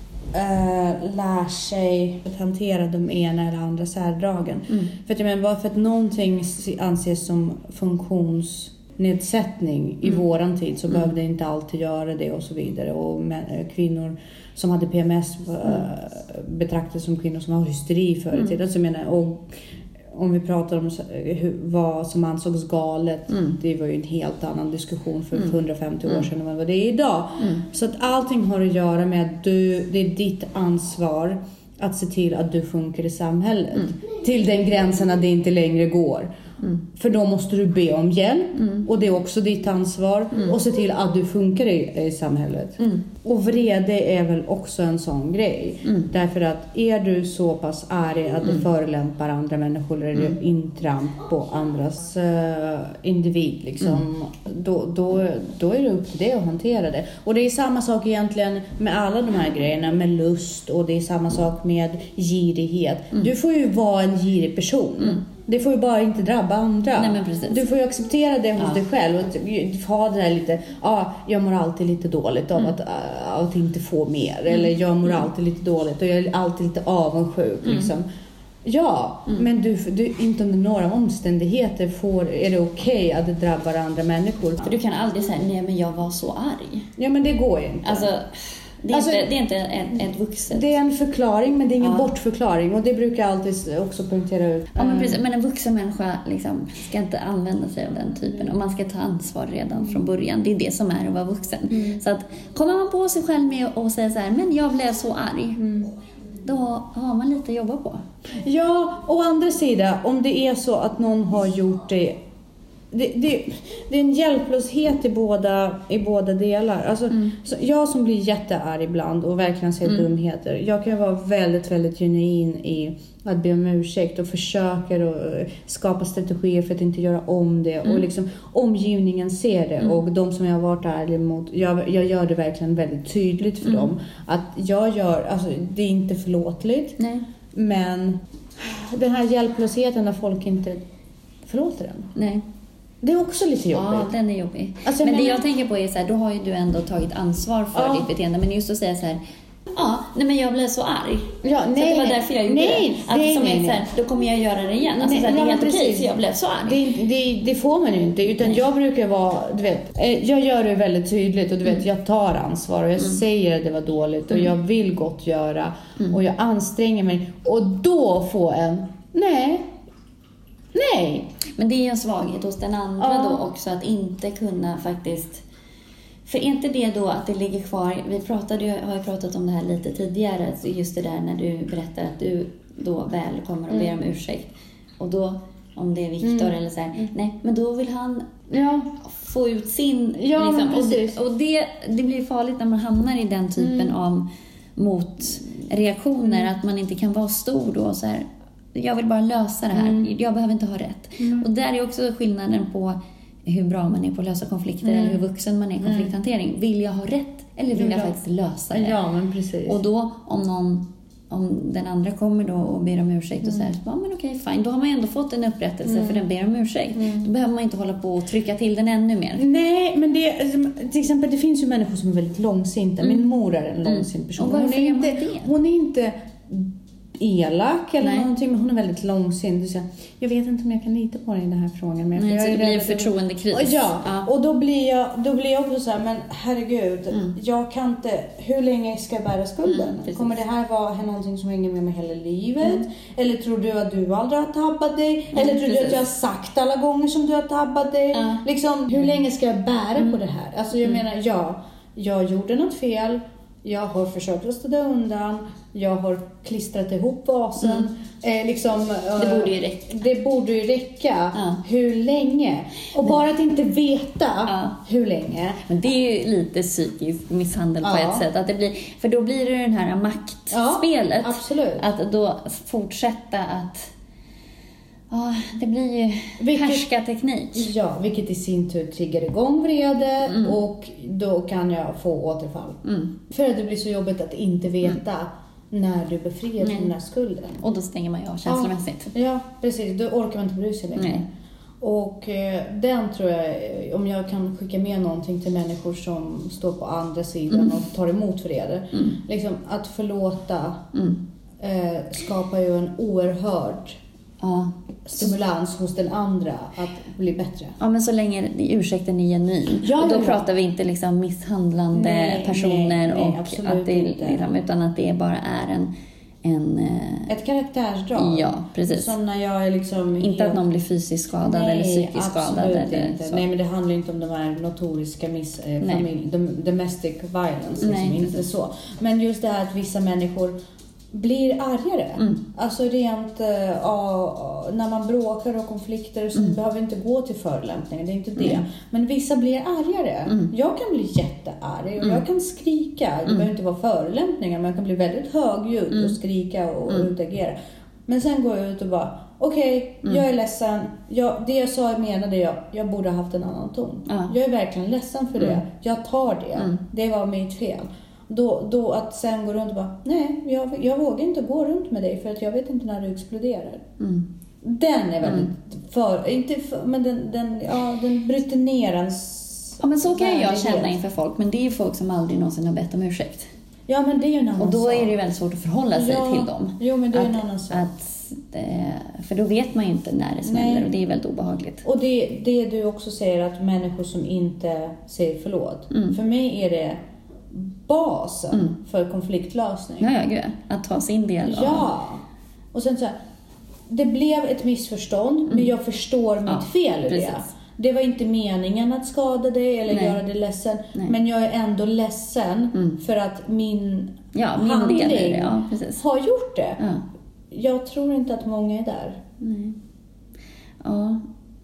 äh, lär sig att hantera de ena eller andra särdragen. Mm. För att jag menar, bara för att någonting anses som funktionsnedsättning i mm. våran tid så mm. behöver det inte alltid göra det och så vidare. Och män, kvinnor som hade P M S mm. äh, betraktades som kvinnor som har hysteri förr i tiden. Alltså, jag menar, och om vi pratar om hur, vad som ansågs galet, mm. det var ju en helt annan diskussion för mm. hundrafemtio år sedan än vad det är idag. Mm. Så att allting har att göra med att du, det är ditt ansvar att se till att du funkar i samhället. Mm. Till den gränsen att det inte längre går. Mm. För då måste du be om hjälp mm. och det är också ditt ansvar mm. och se till att du funkar i, i samhället. Mm. Och vrede är väl också en sån grej. Mm. Därför att är du så pass arg att du mm. förolämpar andra människor eller mm. intramp på andras uh, individ liksom, mm. då, då, då är det upp till det att hantera det. Och det är samma sak egentligen med alla de här grejerna, med lust, och det är samma sak med girighet. Mm. Du får ju vara en girig person. Mm. Det får ju bara inte drabba andra. Nej, men precis. Du får ju acceptera det hos ja. dig själv. Och ha det där lite, ja, jag mår alltid lite dåligt av mm. att, att inte få mer. Mm. Eller jag mår mm. alltid lite dåligt och jag är alltid lite avundsjuk. Mm. Liksom. Ja, mm. men du, du, inte under några omständigheter får, är det okej okay att det drabbar andra människor. För du kan aldrig säga, nej men jag var så arg. Ja, men det går ju inte. Alltså... Det är, alltså, inte, det är inte ett, ett vuxet. Det är en förklaring, men det är ingen ja. bortförklaring. Och det brukar jag alltid också poängtera ut. Ja, men, precis, men en vuxen människa liksom ska inte använda sig av den typen. Och man ska ta ansvar redan från början. Det är det som är att vara vuxen. Mm. Så att kommer man på sig själv med och säger så här, men jag blev så arg. Mm. Då har man lite att jobba på. Ja, och andra sidan, om det är så att någon har gjort det... Det, det, det är en hjälplöshet i båda, i båda delar. Alltså, mm. så jag som blir jättearg ibland och verkligen ser mm. dumheter. Jag kan vara väldigt, väldigt genuin i att be om ursäkt och försöker att skapa strategier för att inte göra om det. Mm. Och liksom omgivningen ser det. Mm. Och de som jag har varit ärlig mot, jag, jag gör det verkligen väldigt tydligt för mm. dem. Att jag gör, alltså det är inte förlåtligt. Nej. Men den här hjälplösheten när folk inte förlåter den. Nej. Det är också lite jobbigt. Ja, den är jobbig. Alltså, men, men det jag tänker på är så här, då har ju du ändå tagit ansvar för ja. ditt beteende. Men just att säga så här, ja, nej men jag blev så arg. Ja, nej, så det var därför jag gjorde nej, det. Att nej, som nej, nej. Så här, då kommer jag göra det igen. Alltså, nej, så här, det är helt okej, så jag blev så arg. Det, det, det får man ju inte. Utan nej. jag brukar vara, du vet, jag gör det väldigt tydligt. Och du vet, mm. jag tar ansvar och jag mm. säger att det var dåligt. Och mm. jag vill gott göra. Mm. Och jag anstränger mig. Och då får en, nej. Nej. Men det är en svaghet hos den andra ja. då också, att inte kunna faktiskt... För är inte det då att det ligger kvar... Vi pratade, har ju pratat om det här lite tidigare, just det där när du berättar att du då väl kommer och ber om ursäkt. Och då, om det är Viktor mm. eller så här, nej, men då vill han ja. få ut sin... Ja, liksom, precis. Och, det, och det, det blir farligt när man hamnar i den typen mm. av motreaktioner, mm. att man inte kan vara stor då så här... Jag vill bara lösa det här. Mm. Jag behöver inte ha rätt. Mm. Och där är också skillnaden på hur bra man är på att lösa konflikter mm. eller hur vuxen man är i konflikthantering. Vill jag ha rätt eller vill jag, jag faktiskt lösa det? Ja, men precis. Och då om någon om den andra kommer då och ber om ursäkt och säger, ja men okej, fine. Då har man ändå fått en upprättelse mm. för den ber om ursäkt. Mm. Då behöver man inte hålla på och trycka till den ännu mer. Nej, men det, till exempel, det finns ju människor som är väldigt långsinta. Mm. Min mor är en långsint person. Mm. Hon, är inte, hon är inte elak eller Nej. någonting, men hon är väldigt långsint. Så jag vet inte om jag kan lita på dig i den här frågan. Men Nej, jag så är det blir en rädd- förtroendekris. Och ja, Ja. och då blir jag, då blir jag också så här, men herregud, Mm. jag kan inte, hur länge ska jag bära skulden? Mm, Kommer det här vara någonting som hänger med mig hela livet? Mm. Eller tror du att du aldrig har tappat dig? Mm, Eller tror du precis. att jag har sagt alla gånger som du har tappat dig? Ja. Liksom, hur länge ska jag bära Mm. på det här? Alltså jag Mm. menar, ja, jag gjorde något fel. Jag har försökt att städa undan. Jag har klistrat ihop vasen. Mm. Eh, liksom, Det borde ju räcka. Det borde ju räcka. Ja. Hur länge? Och Men- bara att inte veta Ja. hur länge. Men det är ju lite psykisk misshandel på Ja. ett sätt. Att det blir, för då blir det den här maktspelet. Ja, absolut. Att då fortsätta att... Ja, det blir ju Vilket- härskarteknik. Ja, vilket i sin tur triggar igång vrede Mm. och då kan jag få återfall. Mm. För att det blir så jobbigt att inte veta när du befriar Nej. från den här skulden. Och då stänger man ju av känslomässigt. Ja, precis. Då orkar man inte bry sig längre. Nej. Och eh, den tror jag, om jag kan skicka med någonting till människor som står på andra sidan Mm. och tar emot vrede. Mm. Liksom, att förlåta Mm. eh, skapar ju en oerhörd Ja. stimulans hos den andra att bli bättre. Ja, men så länge ursäkten är genuin. Ja, och då ja, ja. pratar vi inte liksom misshandlande Nej, personer nej, nej, och absolut att det, inte. liksom, utan att det bara är en... en eh, Ett karaktärsdrag. ja, precis. Som när jag är liksom... Inte att någon blir fysiskt skadad Nej, eller psykiskt skadad. absolut Eller inte. så. Nej, men det handlar inte om de här notoriska miss, eh, Nej. familj, dom- domestic violence. Liksom, Nej, inte precis. så. Men just det här att vissa människor blir argare. Mm. Alltså rent, eh, ja, när man bråkar och konflikter så Mm. behöver inte gå till förolämpningar, det är inte det. Mm. Men vissa blir argare. Mm. Jag kan bli jättearg och Mm. jag kan skrika. Det Mm. behöver inte vara förolämpningar, men jag kan bli väldigt högljudd Mm. och skrika och Mm. utagera. Men sen går jag ut och bara, okej, Mm. jag är ledsen. Jag, det jag sa menade jag, jag borde ha haft en annan ton. Ja. Jag är verkligen ledsen för det. Mm. Jag tar det. Mm. Det var mitt fel. Då, då att sen gå runt och bara, nej, jag, jag vågar inte gå runt med dig för att jag vet inte när du exploderar. Mm. Den är väldigt Mm. för, inte för, men den, den, ja, den bryter ner ens Ja, men så kan jag värdighet. känna inför folk. Men det är ju folk som aldrig någonsin har bett om ursäkt. Ja, men det är ju en annan Och då sak. är det ju väldigt svårt att förhålla sig Ja, till dem. Jo, men det är en Att- annan sak. Att, eh, för då vet man ju inte när det smäller Nej. och det är väldigt obehagligt. Och det, det du också säger, att människor som inte säger förlåt. Mm. För mig är det basen Mm. för konfliktlösning. Ja, ja, gud. Att ta sin del av... Ja. Och sen så här, det blev ett missförstånd, men jag förstår mitt Ja, fel i det. precis. Det var inte meningen att skada dig eller Nej. göra dig ledsen. Nej. Men jag är ändå ledsen Mm. för att min, Ja, min handling del är det. Ja, precis. har gjort det. Ja. Jag tror inte att många är där. Nej. Ja.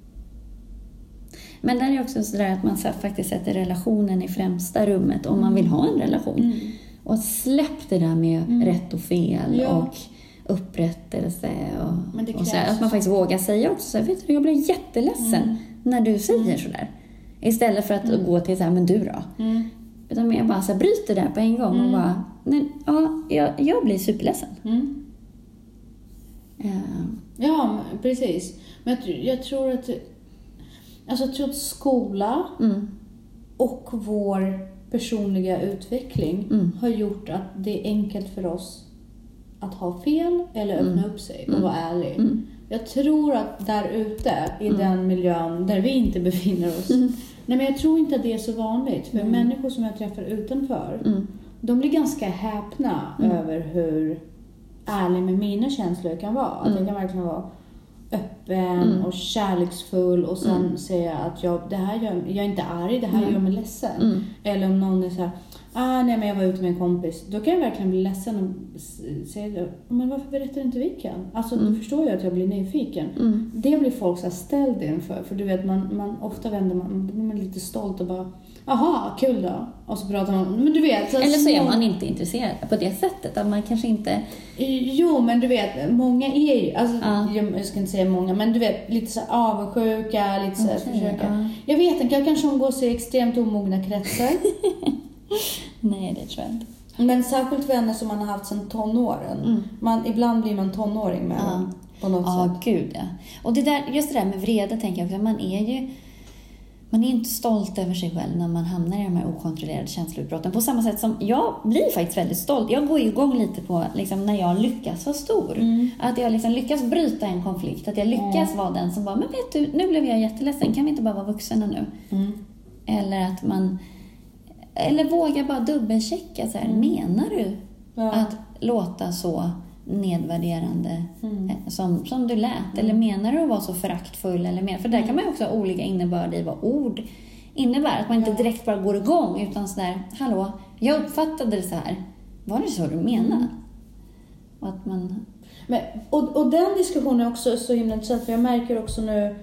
Men där är också sådär att man så här faktiskt sätter relationen i främsta rummet om man vill ha en relation. Mm. Och släpp det där med Mm. rätt och fel Ja. och upprättelse. Och, Men det och så här, krävs. att man faktiskt vågar säga också så här, vet du, jag blir jätteledsen Mm. när du säger sådär. Istället för att Mm. gå till så här, men du då? Mm. Utan mer bara så här, bryter det på en gång Mm. och bara, nej, ja, jag, jag blir superledsen. Mm. Ja. Ja, men precis. Men jag, jag tror att alltså, jag tror att skola Mm. och vår personliga utveckling Mm. har gjort att det är enkelt för oss att ha fel eller öppna Mm. upp sig och Mm. vara ärlig. Mm. Jag tror att där ute, i Mm. den miljön där vi inte befinner oss, Mm. nej, men jag tror inte att det är så vanligt. För Mm. människor som jag träffar utanför, Mm. de blir ganska häpna Mm. över hur ärlig med mina känslor jag kan vara. Att Mm. jag kan verkligen vara öppen Mm. och kärleksfull och sen Mm. säga att jag, det här gör, jag är inte arg, det här Mm. gör mig ledsen. Mm. Eller om någon är så här, ah, nej men jag var ute med en kompis. Då kan jag verkligen bli ledsen och s- säga, men varför berättar inte Vikan? Alltså Mm. du förstår ju att jag blir nyfiken. Mm. Det blir folk så här ställd inför. För du vet, man, man ofta vänder man, man är lite stolt och bara, aha, kul då. Och så pratar man, men du vet. Så Eller så är små- man inte intresserad på det sättet. Att man kanske inte... Jo, men du vet, många är ju, alltså, Ja. jag, jag ska inte säga många, men du vet, lite så här avundsjuka, lite så här Okej, försöka. ja. Jag vet inte, jag kanske umgås i extremt omogna kretsar. Nej, det tror jag inte. Men särskilt vänner som man har haft sedan tonåren. Mm. Man, ibland blir man tonåring med ja. dem på något ja, sätt. Ja, gud ja. Och det där, just det där med vrede tänker jag också. Man är ju man är inte stolt över sig själv när man hamnar i de här okontrollerade känsloutbrotten. På samma sätt som jag blir faktiskt väldigt stolt. Jag går igång lite på liksom, när jag lyckas vara stor. Mm. Att jag liksom lyckas bryta en konflikt. Att jag lyckas mm. vara den som bara, men vet du, nu blev jag jätteledsen. Kan vi inte bara vara vuxna nu? Mm. Eller att man... Eller våga bara dubbelchecka. Så här, mm. Menar du ja. Att låta så nedvärderande mm. som, som du lät? Mm. Eller menar du att vara så föraktfull? Eller mer? För där kan man ju också ha olika innebörd i vad ord innebär. Att man inte direkt bara går igång utan sådär, hallå, jag uppfattade det så här. Var det så du menar? Mm. Och att man... Men, och, och den diskussionen är också så himla intressant. För jag märker också nu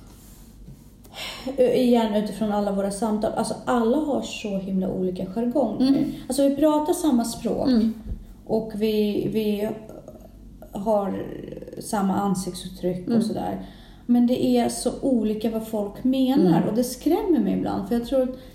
igen utifrån alla våra samtal. Alltså alla har så himla olika jargong. Mm. Alltså vi pratar samma språk. Mm. Och vi, vi har samma ansiktsuttryck mm. och sådär. Men det är så olika vad folk menar. Mm. Och det skrämmer mig ibland. För jag tror att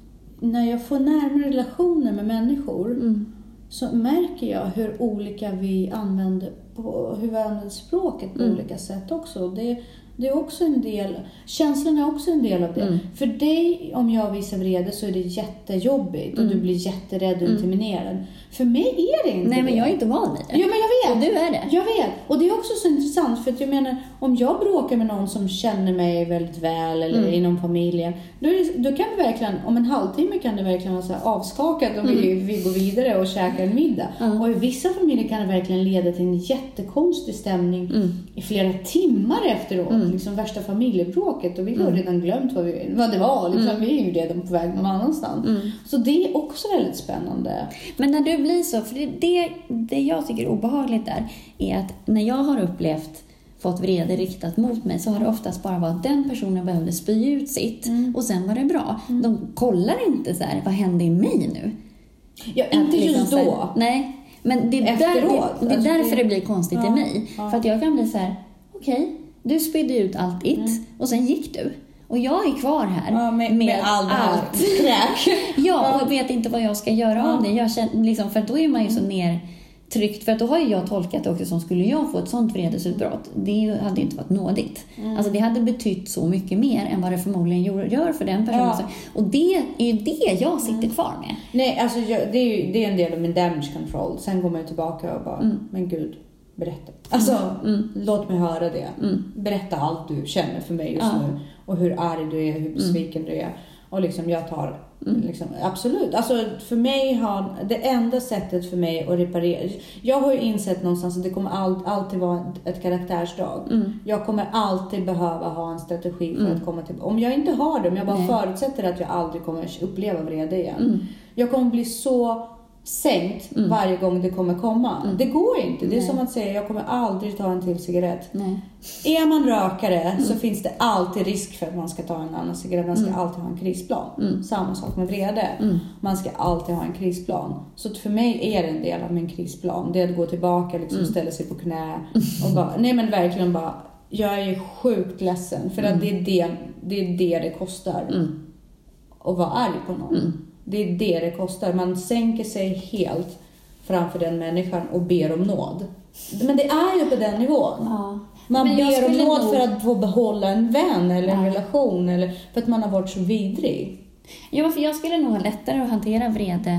när jag får närmare relationer med människor mm. så märker jag hur olika vi använder, på, hur vi använder språket på mm. olika sätt också. Det, det är också en del, känslan är också en del av det. Mm. För dig, om jag visar vrede så är det jättejobbigt mm. och du blir jätterädd och mm. intimiderad. För mig är det inte Nej, det. men jag är inte van vid det. Ja, men jag vet. Och du är det. Jag vet. Och det är också så intressant för att jag menar, om jag bråkar med någon som känner mig väldigt väl eller mm. inom familjen, då, är det, då kan vi verkligen, om en halvtimme kan det verkligen vara så här avskakat och mm. vi, vi går vidare och käkar en middag. Mm. Och i vissa familjer kan det verkligen leda till en jättekonstig stämning mm. i flera timmar efteråt. Mm. Liksom värsta familjebråket och vi har mm. redan glömt vad, vi, vad det var. Liksom, mm. Vi är ju redan på väg någon annanstans. Mm. Så det är också väldigt spännande. Men när du blir så, för det, det jag tycker är obehagligt där är att när jag har upplevt fått vrede riktat mot mig så har det oftast bara varit att den personen behövde spy ut sitt mm. och sen var det bra. Mm. De kollar inte så här, vad hände i mig nu? Ja, inte just liksom då. Här, nej, men det är, där, det, det är alltså därför det... det blir konstigt ja, i mig. Ja. För att jag kan bli så här, okej, okay, du spydde ut allt it mm. och sen gick du. Och jag är kvar här ja, med, med, med all allt skräck. ja, och vet inte vad jag ska göra ja. Av det. Jag känner, liksom, för då är man ju så nertryckt. För att då har jag tolkat det också som skulle jag få ett sånt vredesutbrott. Det hade inte varit nådigt. Mm. Alltså det hade betytt så mycket mer än vad det förmodligen gör för den personen. Ja. Och det är ju det jag sitter mm. kvar med. Nej, alltså jag, det, är ju, det är en del av min damage control. Sen går man ju tillbaka och bara, mm. men gud. Berätta. Alltså, mm. låt mig höra det. Mm. Berätta allt du känner för mig just ja. Nu. Och hur arg du är, hur besviken mm. du är. Och liksom jag tar, mm. liksom, absolut. Alltså för mig har, det enda sättet för mig att reparera. Jag har ju insett någonstans att det kommer all, alltid vara ett karaktärsdrag. Mm. Jag kommer alltid behöva ha en strategi för mm. att komma till. Om jag inte har det, om jag bara Nej. Förutsätter att jag aldrig kommer uppleva vrede igen. Mm. Jag kommer bli så sänkt mm. varje gång det kommer komma. Mm. Det går inte. Det är Nej. Som att säga, jag kommer aldrig ta en till cigarett. Nej. Är man rökare mm. så finns det alltid risk för att man ska ta en annan cigarett. Man ska mm. alltid ha en krisplan. Mm. Samma sak med vrede. Mm. Man ska alltid ha en krisplan. Så för mig är det en del av min krisplan. Det är att gå tillbaka, liksom mm. ställa sig på knä och bara, nej men verkligen bara, jag är sjukt ledsen. För mm. att det är det det, är det, det kostar mm. att vara arg på någon. Mm. Det är det det kostar. Man sänker sig helt framför den människan och ber om nåd. Men det är ju på den nivån. Ja. Man men ber om nåd nog... för att få behålla en vän eller en ja. Relation. Eller för att man har varit så vidrig. Ja, för jag skulle nog ha lättare att hantera vrede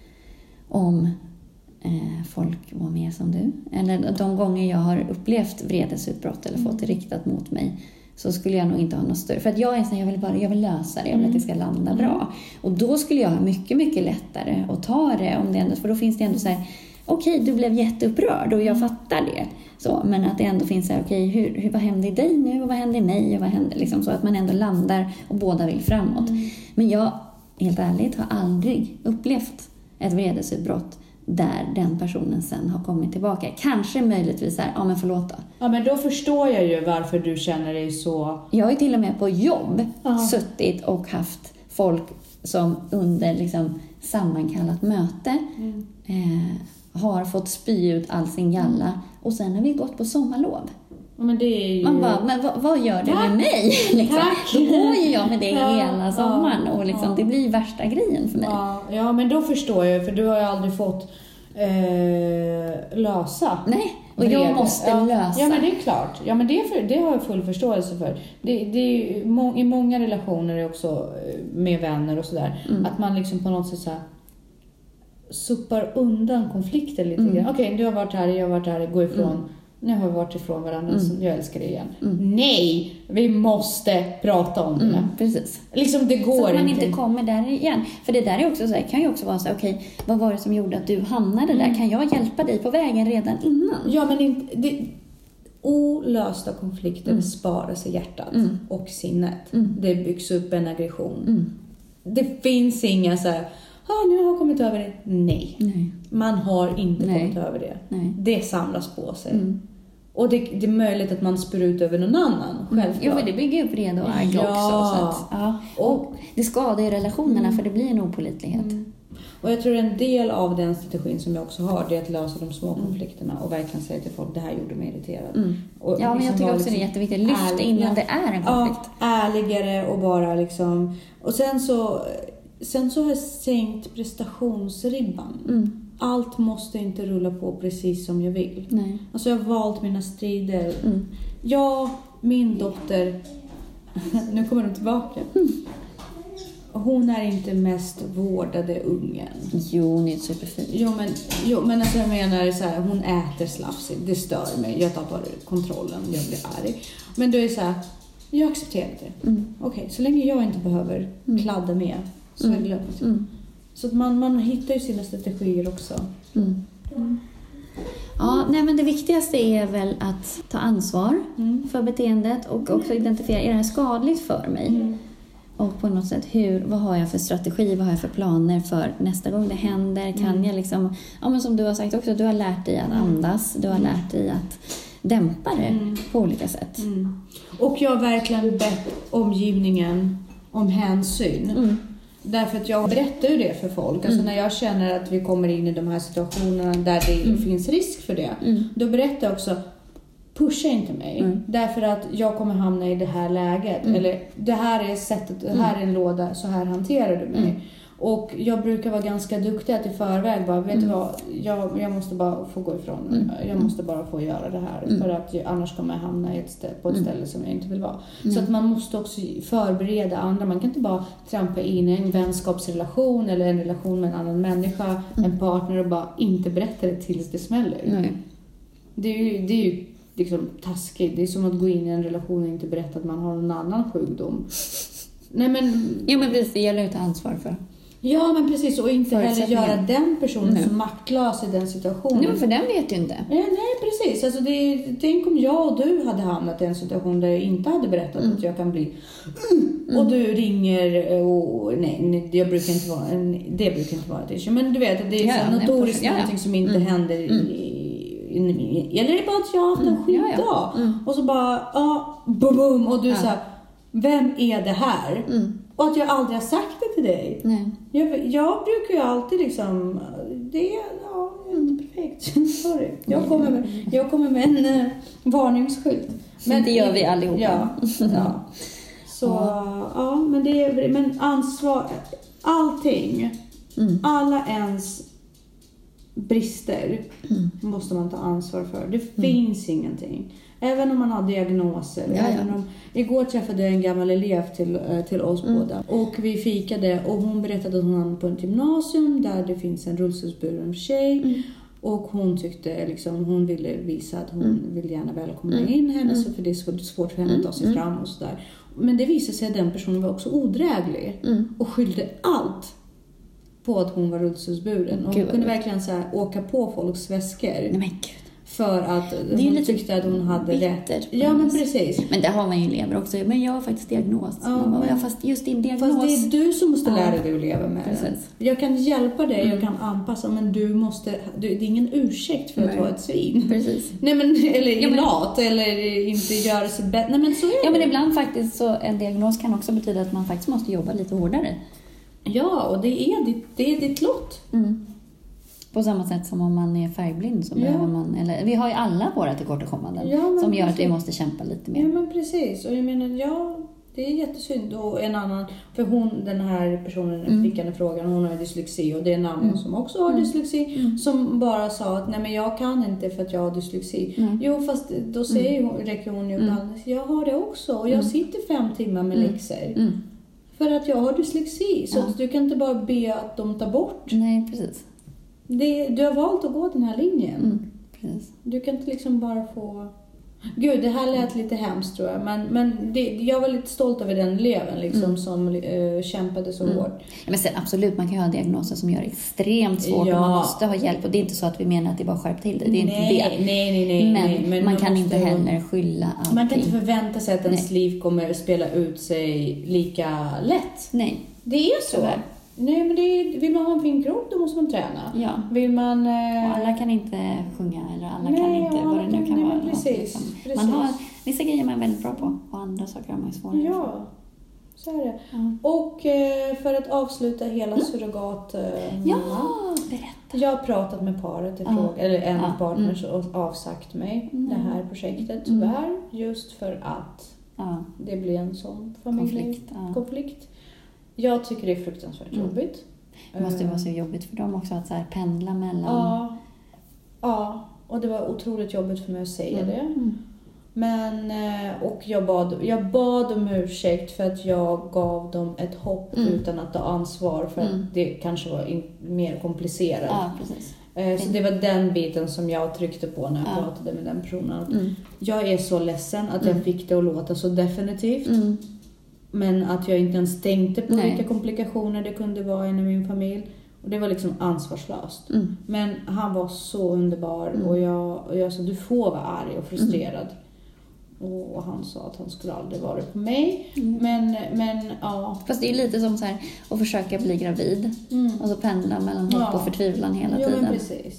om eh, folk var mer som du. Eller de gånger jag har upplevt vredesutbrott eller fått det riktat mot mig. Så skulle jag nog inte ha något större. För att jag är så jag vill bara jag vill lösa det. Jag vill att det ska landa mm. bra. Och då skulle jag ha mycket, mycket lättare att ta det. Om det ändå, för då finns det ändå så här, okej, okay, du blev jätteupprörd och jag fattar det. Så, men att det ändå finns så här, okej, okay, hur, hur, vad händer i dig nu? Och vad händer i mig? Och vad händer? Liksom, så att man ändå landar och båda vill framåt. Mm. Men jag, helt ärligt, har aldrig upplevt ett vredesutbrott där den personen sen har kommit tillbaka. Kanske möjligtvis här, ja men förlåt då. Ja men då förstår jag ju varför du känner dig så... Jag har ju till och med på jobb Aha. suttit och haft folk som under liksom sammankallat möte mm. eh, har fått spy ut all sin galla mm. och sen har vi gått på sommarlov. Men det är ju... Man bara, men vad, vad gör det med mig? Liksom. Då går ju jag med det ja, hela sommaren. Ja. Och och liksom, ja. det blir värsta grejen för mig. Ja, ja, men då förstår jag, för du har ju aldrig fått eh, lösa. Nej, och jag vrede. måste ja. lösa. Ja, men det är klart. Ja, men det, är för, det har jag full förståelse för. Det, det är ju, må, i många relationer också med vänner och sådär, mm. att man liksom på något sätt så här suppar undan konflikter lite mm. grann. Okej, okay, du har varit här, jag har varit här, gå ifrån. Mm. Nu har vi varit ifrån varandra, mm. så jag älskar det igen. Mm. Nej, vi måste prata om det. Mm, precis. Liksom det går så att man inte. inte kommer där igen. För det där är också så här, kan ju också vara så här, okej, okay, vad var det som gjorde att du hamnade mm. där? Kan jag hjälpa dig på vägen redan innan? Ja, men inte... Det, olösta konflikter mm. sparas i hjärtat mm. och sinnet. Mm. Det byggs upp en aggression. Mm. Det finns inga så här, ah, nu har jag kommit över det. Nej. Nej. Man har inte Nej. kommit över det. Nej. Det samlas på sig. Mm. Och det, det är möjligt att man spyr ut över någon annan. Självklart. Jo, men det bygger upp vrede och agg ja. också. Så att, ja. Och det skadar i relationerna mm. för det blir en opålitlighet. Mm. Och jag tror en del av den strategin som jag också har, det är att lösa de små mm. konflikterna och verkligen säga till folk, det här gjorde mig irriterad. Mm. Och ja, men jag tycker också liksom det är jätteviktigt. Lyft innan ja, det är en konflikt. Ja, ärligare och bara liksom... Och sen så, sen så har jag sänkt prestationsribban. Mm. Allt måste inte rulla på precis som jag vill. Nej. Alltså jag har valt mina strider. Mm. Jag, min dotter, nu kommer de tillbaka. Mm. Hon är inte mest vårdade ungen. Jo, hon är superfin. Jo, men, jo, men alltså jag menar så här, hon äter slafsigt. Det stör mig. Jag tappar kontrollen. Jag blir arg. Men då är det så här, jag accepterar det. Mm. Okej, okay, så länge jag inte behöver mm. kladda med så mm. är det lugnt. Mm. Så att man, man hittar ju sina strategier också. Mm. Mm. Ja, nej, men det viktigaste är väl att ta ansvar mm. för beteendet och också identifiera, är det här skadligt för mig? Mm. Och på något sätt, hur, vad har jag för strategi, vad har jag för planer för nästa gång det händer? Kan mm. jag liksom, ja men som du har sagt också, du har lärt dig att andas, du har lärt dig att dämpa det mm. på olika sätt. Mm. Och jag har verkligen bett omgivningen om hänsyn. Mm. Därför att jag berättar ju det för folk. Alltså mm. när jag känner att vi kommer in i de här situationerna där det mm. finns risk för det. Mm. Då berättar jag också, pusha inte mig. Mm. Därför att jag kommer hamna i det här läget. Mm. Eller det här är sättet, det här är en låda, så här hanterar du mig. Mm. Och jag brukar vara ganska duktig att i förväg bara, vet mm. du vad, jag, jag måste bara få gå ifrån. Mm. Jag måste bara få göra det här. Mm. För att jag, annars kommer jag hamna i ett ställe, på ett ställe mm. som jag inte vill vara. Mm. Så att man måste också förbereda andra. Man kan inte bara trampa in i en vänskapsrelation eller en relation med en annan människa, mm. en partner, och bara inte berätta det tills det smäller. Mm. Det är ju, det är ju liksom taskigt. Det är som att gå in i en relation och inte berätta att man har en annan sjukdom. Nej, men... Jo, men precis, det gäller att ta ansvar för. Ja, men precis. Och inte heller göra den personen nej. så maktlös i den situationen. Nej, men för den vet ju inte. Ja, nej, precis. Alltså, det, tänk om jag och du hade hamnat i en situation där jag inte hade berättat mm. att jag kan bli... Mm. Och du ringer och... Nej, jag brukar inte vara, det brukar inte vara ett issue. Men du vet, det är ja, så notoriskt ja, ja. någonting som inte mm. händer i... Mm. Eller är det bara att jag har haft en skitdag? Mm. Ja, ja. mm. Och så bara... Ja, boom, boom. Och du ja. säger, vem är det här? Mm. Och att jag aldrig har sagt det till dig. Nej. Jag, jag brukar ju alltid liksom... Det är ja, inte perfekt. Sorry. Jag kommer med, jag kommer med en uh, varningsskylt. Men det gör vi allihopa. Ja. ja. Så, ja. ja, men det är... Men ansvar... Allting. Mm. Alla ens brister mm. måste man ta ansvar för. Det mm. finns ingenting. Även om man har diagnoser. Ja, även om, igår träffade jag en gammal elev till, till oss mm. båda. Och vi fikade och hon berättade att hon hamnade på ett gymnasium där det finns en rullstolsburen tjej. Mm. Och hon tyckte liksom, hon ville visa att hon mm. vill gärna välkomna mm. in henne. Mm. Så för det är svårt för henne att ta sig mm. fram och sådär. Men det visade sig att den personen var också odräglig. Mm. Och skyllde allt på att hon var rullstolsburen. Och hon kunde verkligen så här, åka på folks väskor. Nej men gud. För att det hon lite tyckte att hon hade rätt. Ja, men precis. Men det har man ju elever också. Men jag har faktiskt diagnos. Ja, man bara, ja, fast just din diagnos. Fast det är du som måste lära dig att leva med precis. det. Jag kan hjälpa dig, mm. jag kan anpassa. Men du måste, du, det är ingen ursäkt för Nej. att vara ett svin. Precis. Nej, men, eller ja, men, lat, eller inte göra sig bättre. Nej, men så är det. Ja, men ibland faktiskt så en diagnos kan också betyda att man faktiskt måste jobba lite hårdare. Ja, och det är ditt, det är ditt lott. Mm. På samma sätt som om man är färgblind så ja. behöver man, eller vi har ju alla våra tillkortakommanden ja, som gör precis. att vi måste kämpa lite mer. Ja, men precis. Och jag menar, ja, Det är jättesynd. Och en annan, för hon, den här personen, Mm. flickan i frågan, hon har dyslexi. Och det är en annan Mm. som också har Mm. dyslexi. Mm. Som bara sa att nej men jag kan inte för att jag har dyslexi. Mm. Jo fast då säger hon, räcker hon ju upp Mm. handen. Jag har det också. Och jag Mm. sitter fem timmar med Mm. läxor. Mm. För att jag har dyslexi. Så Ja. att du kan inte bara be att de tar bort. Nej, precis. Det, du har valt att gå den här linjen. Mm. Precis. Du kan inte liksom bara få... Gud, det här lät lite hemskt tror jag. Men, men det, jag var lite stolt över den eleven liksom, Mm. som uh, kämpade så Mm. hårt. Ja, men sen, absolut, man kan ju ha diagnoser som gör det extremt svårt Ja. och man måste ha hjälp. Och det är inte så att vi menar att det är bara skärp till det. Det är nej, inte det. Nej, nej, nej. Men, nej, men man, man kan måste, inte heller skylla allting. Man kan inte förvänta sig att ens Nej. liv kommer att spela ut sig lika lätt. Nej. Det är så. Tyvärr. Nej, men det är, vill man ha en fin kropp, då måste man träna. Ja. Vill man... Och Eh, alla kan inte sjunga eller alla Nej, kan inte, alla vad det nu kan- kan nej, vara. men precis, Liksom. precis. Man har, vissa grejer man är väldigt bra på och andra saker har man ju svårare för. ja, så är det. Ja. Och eh, för att avsluta hela surrogat... Eh, Ja, mamma. berätta. Jag har pratat med paret i Ja. fråga, eller en Ja. av partners och avsagt mig Mm. det här projektet Mm. tyvärr. Just för att Ja, det blir en sån familjekonflikt. konflikt. Ja. Jag tycker det är fruktansvärt Mm. jobbigt. Det måste ju vara så Eh, jobbigt för dem också att så här pendla mellan... Ja, ja, och det var otroligt jobbigt för mig att säga Mm. det. Mm. Men, eh, och jag bad, jag bad om ursäkt för att jag gav dem ett hopp Mm. utan att ta ansvar för Mm. att det kanske var in, mer komplicerat. Ja, precis. Eh, Så det var den biten som jag tryckte på när jag Ja. pratade med den personen. Mm. Jag är så ledsen att jag Mm. fick det att låta så definitivt. Mm. Men att jag inte ens tänkte på Nej. vilka komplikationer det kunde vara inom min familj. Och det var liksom ansvarslöst. Mm. Men han var så underbar Mm. och jag, och jag sa du får vara arg och frustrerad. Och han sa att han skulle aldrig vara det på mig. Mm. Men, men ja. Fast det är ju lite som så här att försöka bli gravid Mm. och så pendla mellan hopp Ja. och förtvivlan hela Ja, tiden. men precis.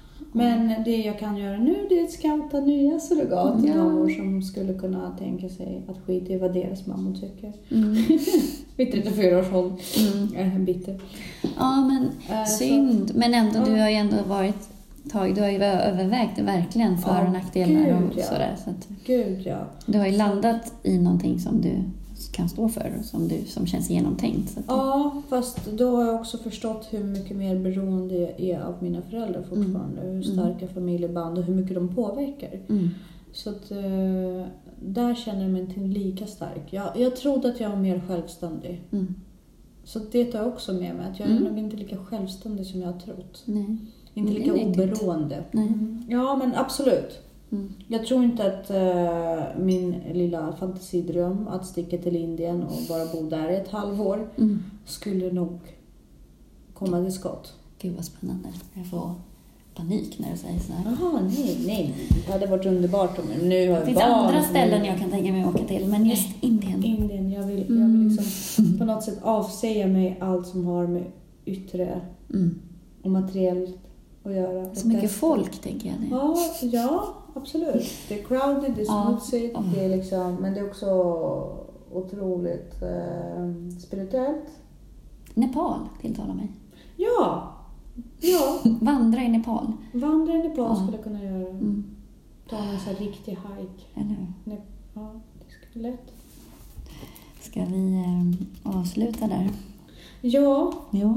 Men det jag kan göra nu det är att scouta nya surrogatmammor Ja. som skulle kunna tänka sig att skita i vad deras mammor tycker. Mm. Vid trettiofyra års ålder. Mm. Jag är bitter. Ja, men Äh, synd. Men ändå, Ja. du har ju ändå varit tag, du har ju övervägt det verkligen för Ja, och nackdelar gud, och ja. sådär. Så att Gud ja. du har ju landat i någonting som du kan stå för och som, du, som känns genomtänkt. Så att det, Ja, fast då har jag också förstått hur mycket mer beroende jag är av mina föräldrar fortfarande. Hur starka familjeband och hur mycket de påverkar. mm. Så att eh, där känner jag mig inte lika stark. Jag, jag trodde att jag var mer självständig. Mm. Så det tar jag också med mig. Att jag är Mm. nog inte lika självständig som jag har trott. Nej. Inte Det är lika viktigt. oberoende. Nej. Mm. Ja, men absolut. Mm. Jag tror inte att eh, min lilla fantasidröm att sticka till Indien och bara bo där i ett halvår Mm. skulle nog komma till skott. Gud vad spännande. Jag får panik när du säger så här. Jaha, nej, nej. Det hade varit underbart om jag nu har Det jag finns barn. andra ställen jag kan tänka mig att åka till, men just Indien. Indien. Jag vill, jag Mm. vill liksom på något sätt avsäga mig allt som har med yttre Mm. och materiellt att göra. Så mycket folk, tänker jag. Det. Ja, ja, absolut. Det är crowded, det är Ja. smutsigt, Ja. det är liksom, men det är också otroligt eh, spirituellt. Nepal tilltalar mig. Ja, ja. Vandra i Nepal. Vandra i Nepal Ja. skulle jag kunna göra. Mm. Ta en sån här riktig hike. Eller hur? Ne- Ja, det skulle lätt. Ska vi eh, avsluta där? Ja, Ja.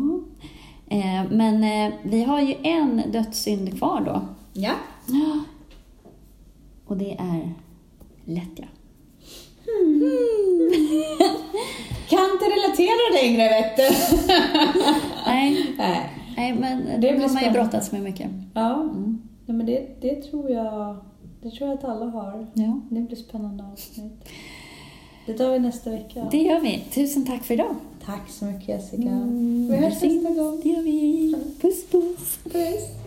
Eh, men eh, vi har ju en dödssynd kvar då. ja. Och det är lättja. Kan inte relatera längre, vet du. Nej, Nej. nej, men Det det blir har man ju spännande. brottats med mycket. Ja, Mm. nej, men det, det tror jag det tror jag att alla har. Ja. Det blir spännande avsnitt. Det tar vi nästa vecka. Det gör vi. Tusen tack för idag. Tack så mycket, Jessica. Mm, Vi hörs vi nästa gång. Det gör vi. Puss, puss. Puss.